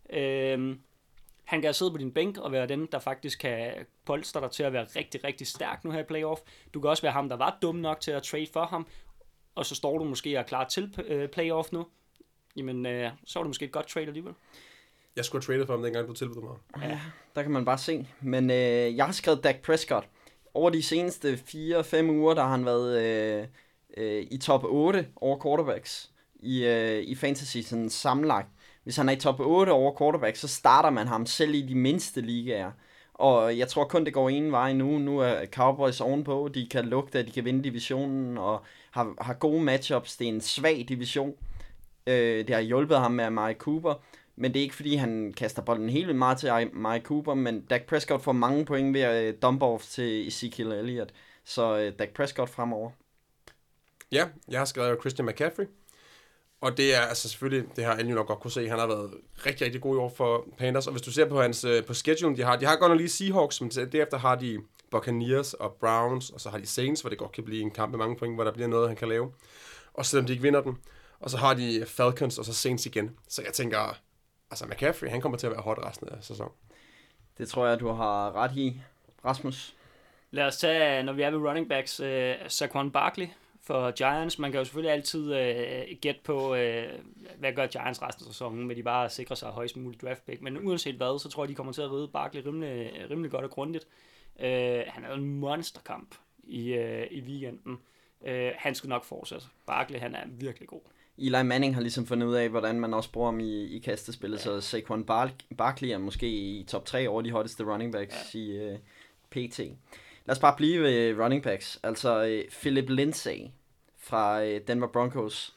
Han kan sidde på din bænk og være den, der faktisk kan polstre dig til at være rigtig, rigtig stærk nu her i playoff. Du kan også være ham, der var dum nok til at trade for ham, og så står du måske og er klar til playoff nu. Jamen, så er det måske et godt trade alligevel. Jeg skulle have traded for ham, dengang du tilbød mig. Ja, der kan man bare se. Men jeg har skrevet Dak Prescott. Over de seneste 4-5 uger, der har han været i top 8 over quarterbacks i fantasy sådan sammenlagt. Hvis han er i top 8 over quarterbacks, så starter man ham selv i de mindste ligaer. Og jeg tror kun, det går en vej nu. Nu er Cowboys ovenpå. De kan lugte, at de kan vinde divisionen og har gode matchups. Det er en svag division. Det har hjulpet ham med Amari Cooper. Men det er ikke, fordi han kaster bolden helt vildt meget til Amari Cooper. Men Dak Prescott får mange point ved at dump off til Ezekiel Elliott. Så Dak Prescott fremover. Ja, jeg har skrevet Christian McCaffrey. Og det er altså selvfølgelig, det har alle jo nok godt kunne se, han har været rigtig, rigtig god i år for Panthers. Og hvis du ser på hans på schedulen, de har godt nok lige Seahawks, men derefter har de Buccaneers og Browns, og så har de Saints, hvor det godt kan blive en kamp med mange point, hvor der bliver noget, han kan lave. Og selvom de ikke vinder den. Og så har de Falcons, og så Saints igen. Så jeg tænker, altså McCaffrey, han kommer til at være hot resten af sæsonen. Det tror jeg, du har ret i, Rasmus. Lad os tage, når vi er ved running backs, Saquon Barkley for Giants. Man kan jo selvfølgelig altid gætte på, hvad gør Giants resten af sæsonen, men de bare sikrer sig højst muligt draft pick. Men uanset hvad, så tror jeg, de kommer til at ride Barkley rimelig godt og grundigt. Han havde en monsterkamp i weekenden. Han skal nok fortsætte. Barkley, han er virkelig god. Eli Manning har ligesom fundet ud af, hvordan man også bruger ham i kastespillet, så Saquon Barkley er måske i top 3 over de hotteste running backs i PT. Lad os bare blive ved running backs. Altså Philip Lindsay fra Denver Broncos.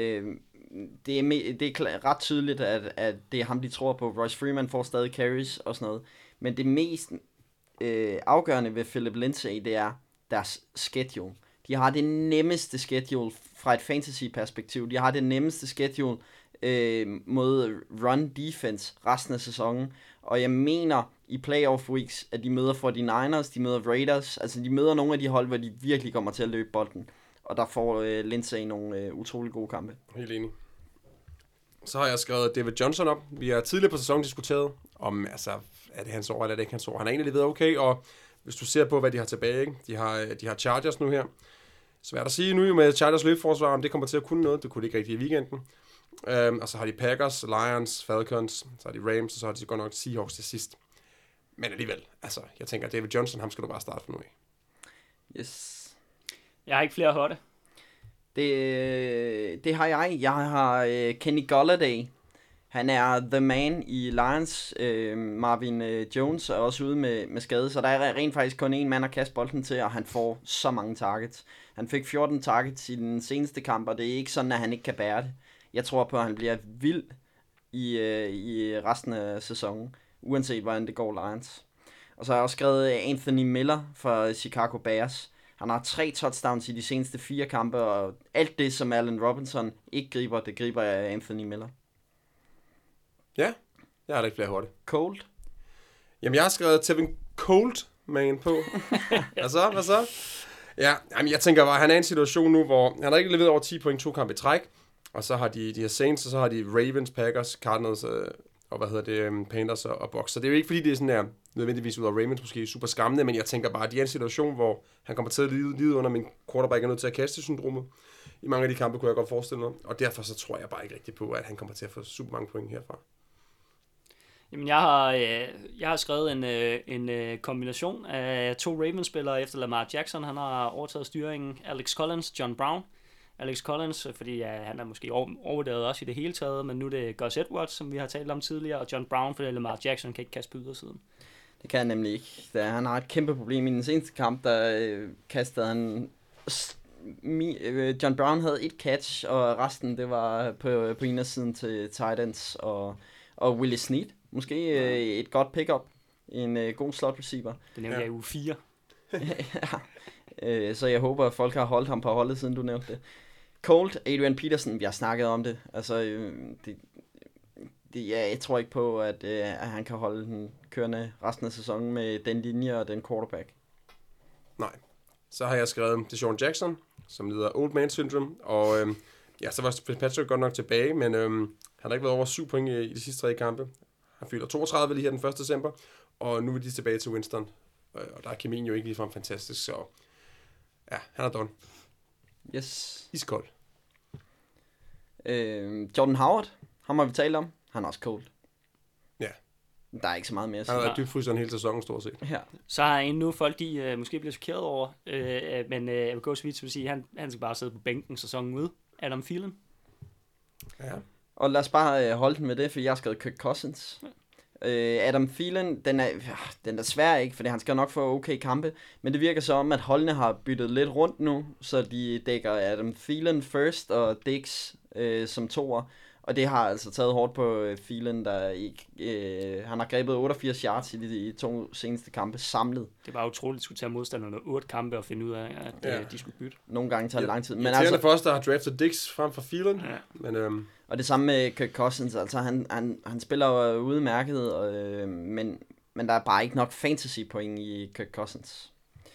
Det er ret tydeligt, at det er ham, de tror på. Royce Freeman får stadig carries og sådan noget. Men det mest afgørende ved Philip Lindsay, det er deres schedule. De har det nemmeste schedule fra et fantasy-perspektiv. De har det nemmeste schedule mod run defense resten af sæsonen. Og jeg mener i playoff weeks, at de møder 49ers, de møder Raiders. Altså de møder nogle af de hold, hvor de virkelig kommer til at løbe bolden. Og der får Lindsay nogle utrolig gode kampe. Helt enig. Så har jeg skrevet David Johnson op. Vi har tidligere på sæsonen diskuteret, om altså, er det hans år, eller er det ikke hans år. Han er egentlig lidt okay, og hvis du ser på, hvad de har tilbage, ikke? De har Chargers nu her. Svært at sige nu med Chargers løbforsvar, om det kommer til at kunne noget. Det kunne det ikke rigtig i weekenden. Og så har de Packers, Lions, Falcons, så har de Rams, og så har de godt nok Seahawks til sidst. Men alligevel, altså, jeg tænker, David Johnson, ham skal du bare starte for nu af. Yes. Jeg har ikke flere hotte. Det har jeg. Jeg har Kenny Golladay. Han er the man i Lions. Marvin Jones er også ude med skade, så der er rent faktisk kun en mand at kaste bolden til, og han får så mange targets. Han fik 14 targets i den seneste kamp, og det er ikke sådan, at han ikke kan bære det. Jeg tror på, at han bliver vild i resten af sæsonen, uanset hvordan det går Lions. Og så har jeg også skrevet Anthony Miller fra Chicago Bears. Han har 3 touchdowns i de seneste 4 kampe, og alt det, som Allen Robinson ikke griber, det griber af Anthony Miller. Ja, jeg har da ikke flere hurtigt. Cold? Jamen, jeg har skrevet Tevin Coleman på. Hvad så? Ja, jamen, jeg tænker bare, han er i en situation nu, hvor han har ikke leveret over 10 point 2 kampe i træk, og så har de her Saints, og så har de Ravens, Packers, Cardinals, og Panthers og Bucks. Så det er jo ikke, fordi det er sådan her, nødvendigvis ud af Ravens måske super skræmmende, men jeg tænker bare, at de er i en situation, hvor han kommer til at lide under min quarterback er nødt til at kaste syndromet. I mange af de kampe kunne jeg godt forestille mig, og derfor så tror jeg bare ikke rigtig på, at han kommer til at få super mange point herfra. Jamen, jeg har skrevet en kombination af 2 Ravens-spillere efter Lamar Jackson. Han har overtaget styringen. Alex Collins, John Brown. Alex Collins, fordi han er måske overvurderet også i det hele taget, men nu er det Gus Edwards, som vi har talt om tidligere, og John Brown, fordi Lamar Jackson kan ikke kaste på ydersiden. Det kan han nemlig ikke. Han har et kæmpe problem i den seneste kamp, der kastede han... John Brown havde 1 catch, og resten det var på indersiden til tight ends og Willie Snead. Måske et godt pick-up. En god slot receiver. Det nævnte jeg i uge 4. Ja. Så jeg håber, at folk har holdt ham på holdet, siden du nævnte det. Colt, Adrian Peterson, vi har snakket om det. Altså, jeg tror ikke på, at han kan holde den kørende resten af sæsonen med den linje og den quarterback. Nej. Så har jeg skrevet Deshaun Jackson, som lider Old Man Syndrome, og så var Fitzpatrick godt nok tilbage, men han har ikke været over 7 point i de sidste 3 kampe. Han fylder 32 lige her den 1. december, og nu er de tilbage til Winston, og der er kemien jo ikke ligefrem fantastisk, så ja, han er done. Yes. Iskold. Jordan Howard, ham har vi talt om. Han er også cold. Ja. Der er ikke så meget mere at sige. Han er dybfryseren hele sæsonen, stort set. Ja. Så har jeg endnu folk, de måske bliver chokeret over, men jeg vil gå så vidt til at sige, han skal bare sidde på bænken sæsonen ud. Adam Thielen. Ja. Og lad os bare holde den med det, for jeg har skrevet Kirk Cousins. Ja. Adam Thielen, den er svær ikke, for han skal nok få okay kampe, men det virker så om, at holdene har byttet lidt rundt nu, så de dækker Adam Thielen first og Diggs som toer, og det har altså taget hårdt på Thielen, der ikke, han har grebet 88 yards i de 2 seneste kampe samlet. Det var utroligt, at skulle tage modstanderne 8 kampe og finde ud af, at de skulle bytte. Nogle gange tager det lang tid. Men altså for os, der har draftet Diggs frem for Thielen, men og det samme med Kirk Cousins, altså han spiller jo udmærket, men der er bare ikke nok fantasy point i Kirk Cousins.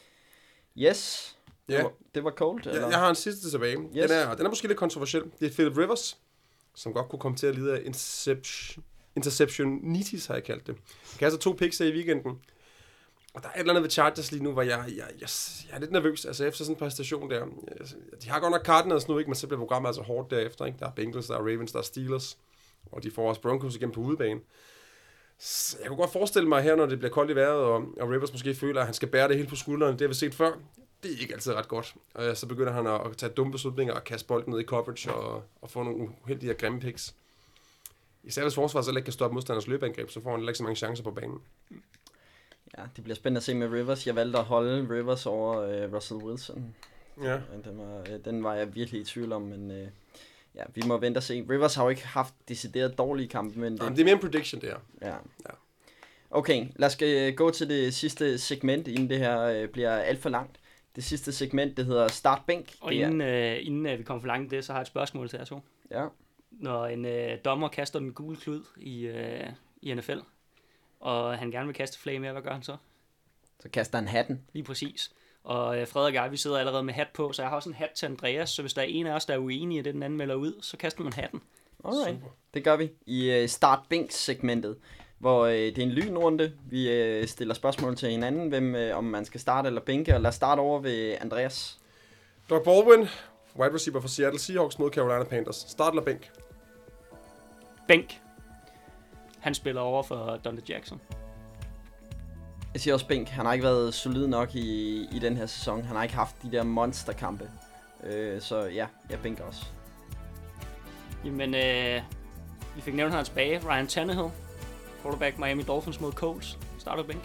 Yes, det var cold. Eller? Jeg har en sidste tilbage. Yes. Den er måske lidt kontroversiel. Det er Philip Rivers, som godt kunne komme til at lide af interceptionitis, har jeg kaldt det. Han kaster 2 picks i weekenden. Og der er et eller andet ved Chargers lige nu, hvor jeg er lidt nervøs, altså efter sådan en præstation der. De har godt nok Cardinals nu, ikke, men så bliver programmet altså hårdt derefter, ikke? Der er Bengals, der er Ravens, der er Steelers, og de får også Broncos igen på udebane. Så jeg kunne godt forestille mig her, når det bliver koldt i vejret, og Rivers måske føler, at han skal bære det hele på skuldrene. Det har vi set før. Det er ikke altid ret godt. Og så begynder han at tage dumme beslutninger og kaste bolden ned i coverage og få nogle uheldige grimme picks. Især hvis forsvaret så ikke kan stoppe modstanders løbeangreb, så får han ikke så mange chancer på banen. Ja, det bliver spændende at se med Rivers. Jeg valgte at holde Rivers over Russell Wilson. Ja. Den var jeg virkelig i tvivl om, men ja, vi må vente og se. Rivers har jo ikke haft decideret dårlige kampe, men det er mere en prediction, det her. Ja. Okay, lad os gå til det sidste segment, inden det her bliver alt for langt. Det sidste segment, det hedder Start Bænk. Og inden vi kommer for langt det, så har jeg et spørgsmål til jer to. Ja. Når en dommer kaster en gul klud i NFL, og han gerne vil kaste flag med, hvad gør han så? Så kaster han hatten. Lige præcis. Og Frederik og jeg, vi sidder allerede med hat på, så jeg har også en hat til Andreas, så hvis der er en af os, der er uenige i det, den anden melder ud, så kaster man hatten. Alright, Super. det gør vi i Start Bænk-segmentet, hvor det er en lynrunde. Vi stiller spørgsmål til hinanden, om man skal starte eller bænke, og lad os starte over ved Andreas. Doug Baldwin, wide receiver for Seattle Seahawks mod Carolina Panthers. Start eller bænk? Bænk. Han spiller over for Donte Jackson. Jeg siger også bænk. Han har ikke været solid nok i den her sæson. Han har ikke haft de der monsterkampe. Så ja, jeg bænker også. Jamen, vi fik nævnt hans bage. Ryan Tannehill, quarterback Miami Dolphins mod Colts. Starter bænk.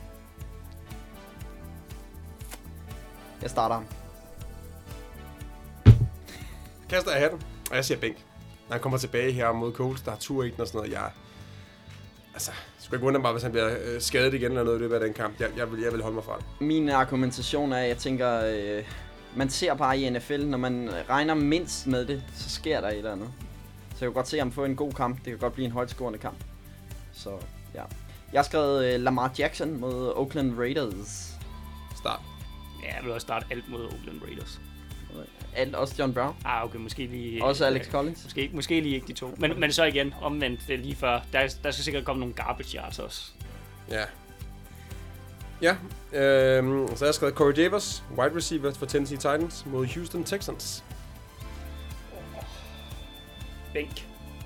Jeg starter ham. Kaster jeg hatten, og jeg siger bænk. Når han kommer tilbage her mod Colts, der har tur i den og sådan noget. Jeg skulle ikke undre mig, hvis han bliver skadet igen eller noget i løbet af den kamp. Jeg vil holde mig fra det. Min argumentation er, at jeg tænker, man ser bare i NFL, når man regner mindst med det, så sker der et eller andet. Så jeg kan godt se ham få en god kamp. Det kan godt blive en højtskårende kamp. Så ja. Jeg har skrevet Lamar Jackson mod Oakland Raiders. Start. Ja, jeg vil også starte alt mod Oakland Raiders. Alt, også John Brown. Okay, måske lige... Også Alex Collins. Måske lige ikke de to. Men så igen, omvendt det lige før. Der skal sikkert komme nogle garbage yards også. Ja. Ja, så har jeg skrevet Corey Davis, wide receiver for Tennessee Titans mod Houston Texans. Bænk.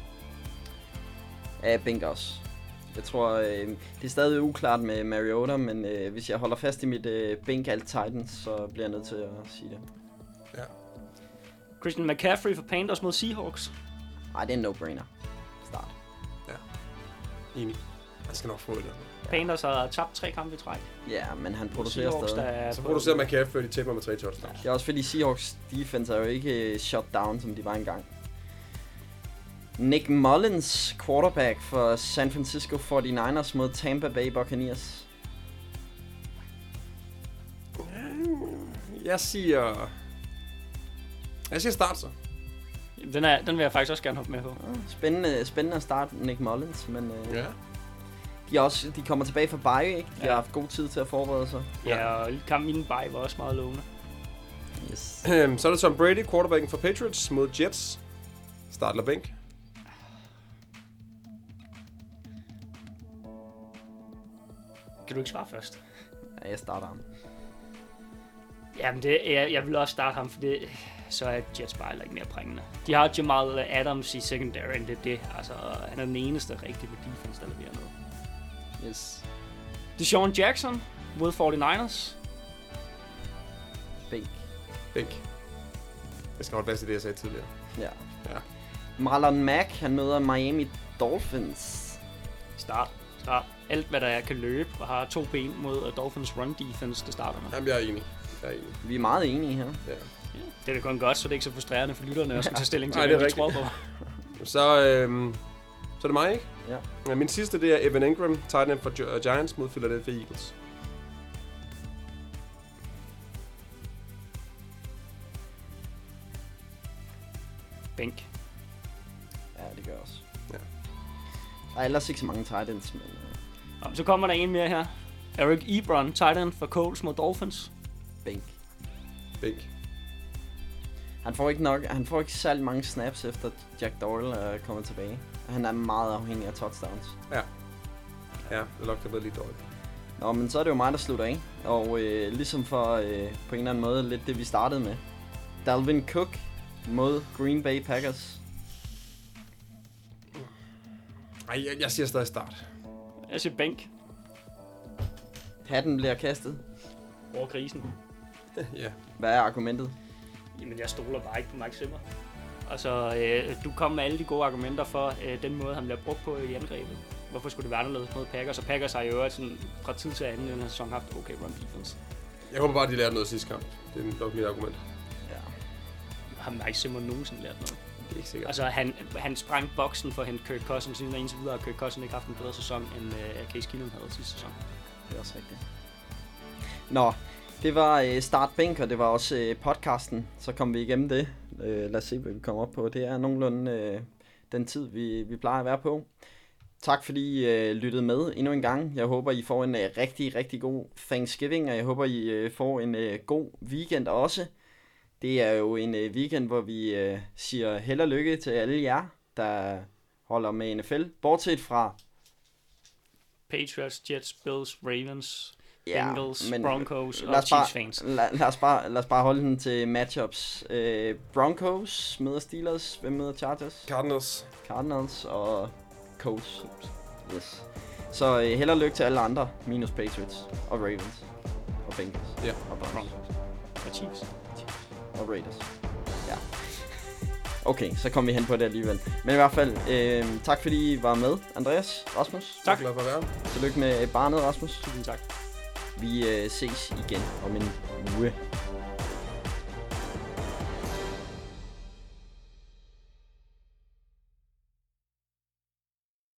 Ja, bænk også. Jeg tror, det er stadig uklart med Mariota, men hvis jeg holder fast i mit bænk alt Titans, så bliver jeg nødt til at sige det. Ja. Christian McCaffrey for Panthers mod Seahawks. Ej, det er en no-brainer. Start. Enig. Han skal nok få det. Panthers har tabt 3 kampe i træk. Ja, men han producerer stadig. Så producerer McCaffrey, og de tæpper med 3 touchdowns. Det er også fordi Seahawks defense er jo ikke shut down, som de var engang. Nick Mullins, quarterback for San Francisco 49ers mod Tampa Bay Buccaneers. Jeg siger start så. Den vil jeg faktisk også gerne hoppe med på. Spændende at starte Nick Mullins, men Ja. de kommer tilbage fra bye, ikke? De har haft god tid til at forberede sig. Ja, og kampen inden bye var også meget lovende. Yes. Så er det Tom Brady, quarterbacken for Patriots mod Jets. Start eller bænk? Kan du ikke svare først? Ja, jeg starter ham. Jamen, jeg vil også starte ham, for så er Jets bare heller ikke mere prængende. De har Jamal Adams i secondary, det. Altså, han er den eneste rigtige på defense, der leverer noget. Yes. Deshaun Jackson mod 49ers. Bænk. Jeg skal holde fast i det, jeg sagde tidligere. Ja. Ja. Marlon Mack, han møder Miami Dolphins. Start. Alt, hvad der kan løbe og har 2 ben mod Dolphins run defense, det starter med. Jamen, jeg er enig. Vi er meget enige her. Ja. Det er da kun godt, så det er ikke så frustrerende for lytterne at skulle tage stilling til, Nej, det er hvad de tror på. Så er det mig, ikke? Ja. Min sidste, det er Evan Ingram, tight end for Giants mod Philadelphia Eagles. Bænk. Ja, det gør jeg også. Ja. Der er ellers ikke så mange tight ends, men... Så kommer der en mere her. Eric Ebron, tight end for Colts mod Dolphins. Bænk. Bænk. Han får ikke særlig mange snaps efter Jack Doyle er kommet tilbage. Han er meget afhængig af touchdowns. Ja, det lugter været lidt dårligt. Nå, men så er det jo mig, der slutter af. Og ligesom for på en eller anden måde lidt det, vi startede med. Dalvin Cook mod Green Bay Packers. Ej, jeg siger stadig start. Jeg siger bænk. Hatten bliver kastet. Over krisen. Ja. Hvad er argumentet? Jamen, jeg stoler bare ikke på Mike Zimmer. Altså, du kom med alle de gode argumenter for den måde, han bliver brugt på i angrebet. Hvorfor skulle det være anderledes mod Packers? Og Packers har jo sådan, fra tid til anden i den her sæson haft okay run defense. Jeg håber bare, at de lærte noget sidste kamp. Det er nok mit argument. Ja. Har Mike Zimmer nogensinde lært noget? Det er ikke sikkert. Altså, han sprang boksen for at hente Kirk Cousins, siden indtil videre har Kirk Cousins ikke haft en bedre sæson, end Case Keenum havde sidste sæson. Det er også rigtigt. Nå, det var Start Bænk, og det var også podcasten. Så kom vi igennem det. Lad os se, hvad vi kommer op på. Det er nogenlunde den tid, vi plejer at være på. Tak fordi I lyttede med endnu en gang. Jeg håber, I får en rigtig, rigtig god Thanksgiving, og jeg håber, I får en god weekend også. Det er jo en weekend, hvor vi siger held og lykke til alle jer. der holder med NFL. Bortset fra... Patriots, Jets, Bills, Ravens, Ja, Bengals, men Broncos lad og os bare- Chiefs-fans. Lad os bare holde den til matchups. Broncos møder Steelers. Hvem møder Chargers? Cardinals. Cardinals og Colts. Yes. Så held og lykke til alle andre, minus Patriots og Ravens og Bengals Ja. og Browns Broncos og Chiefs. og Raiders. Ja. Okay, så kom vi hen på det alligevel. Men i hvert fald, tak fordi I var med, Andreas, Rasmus. Tak. Glad for at være her. Tillykke med barnet, Rasmus. Tusind tak. Vi ses igen om en uge.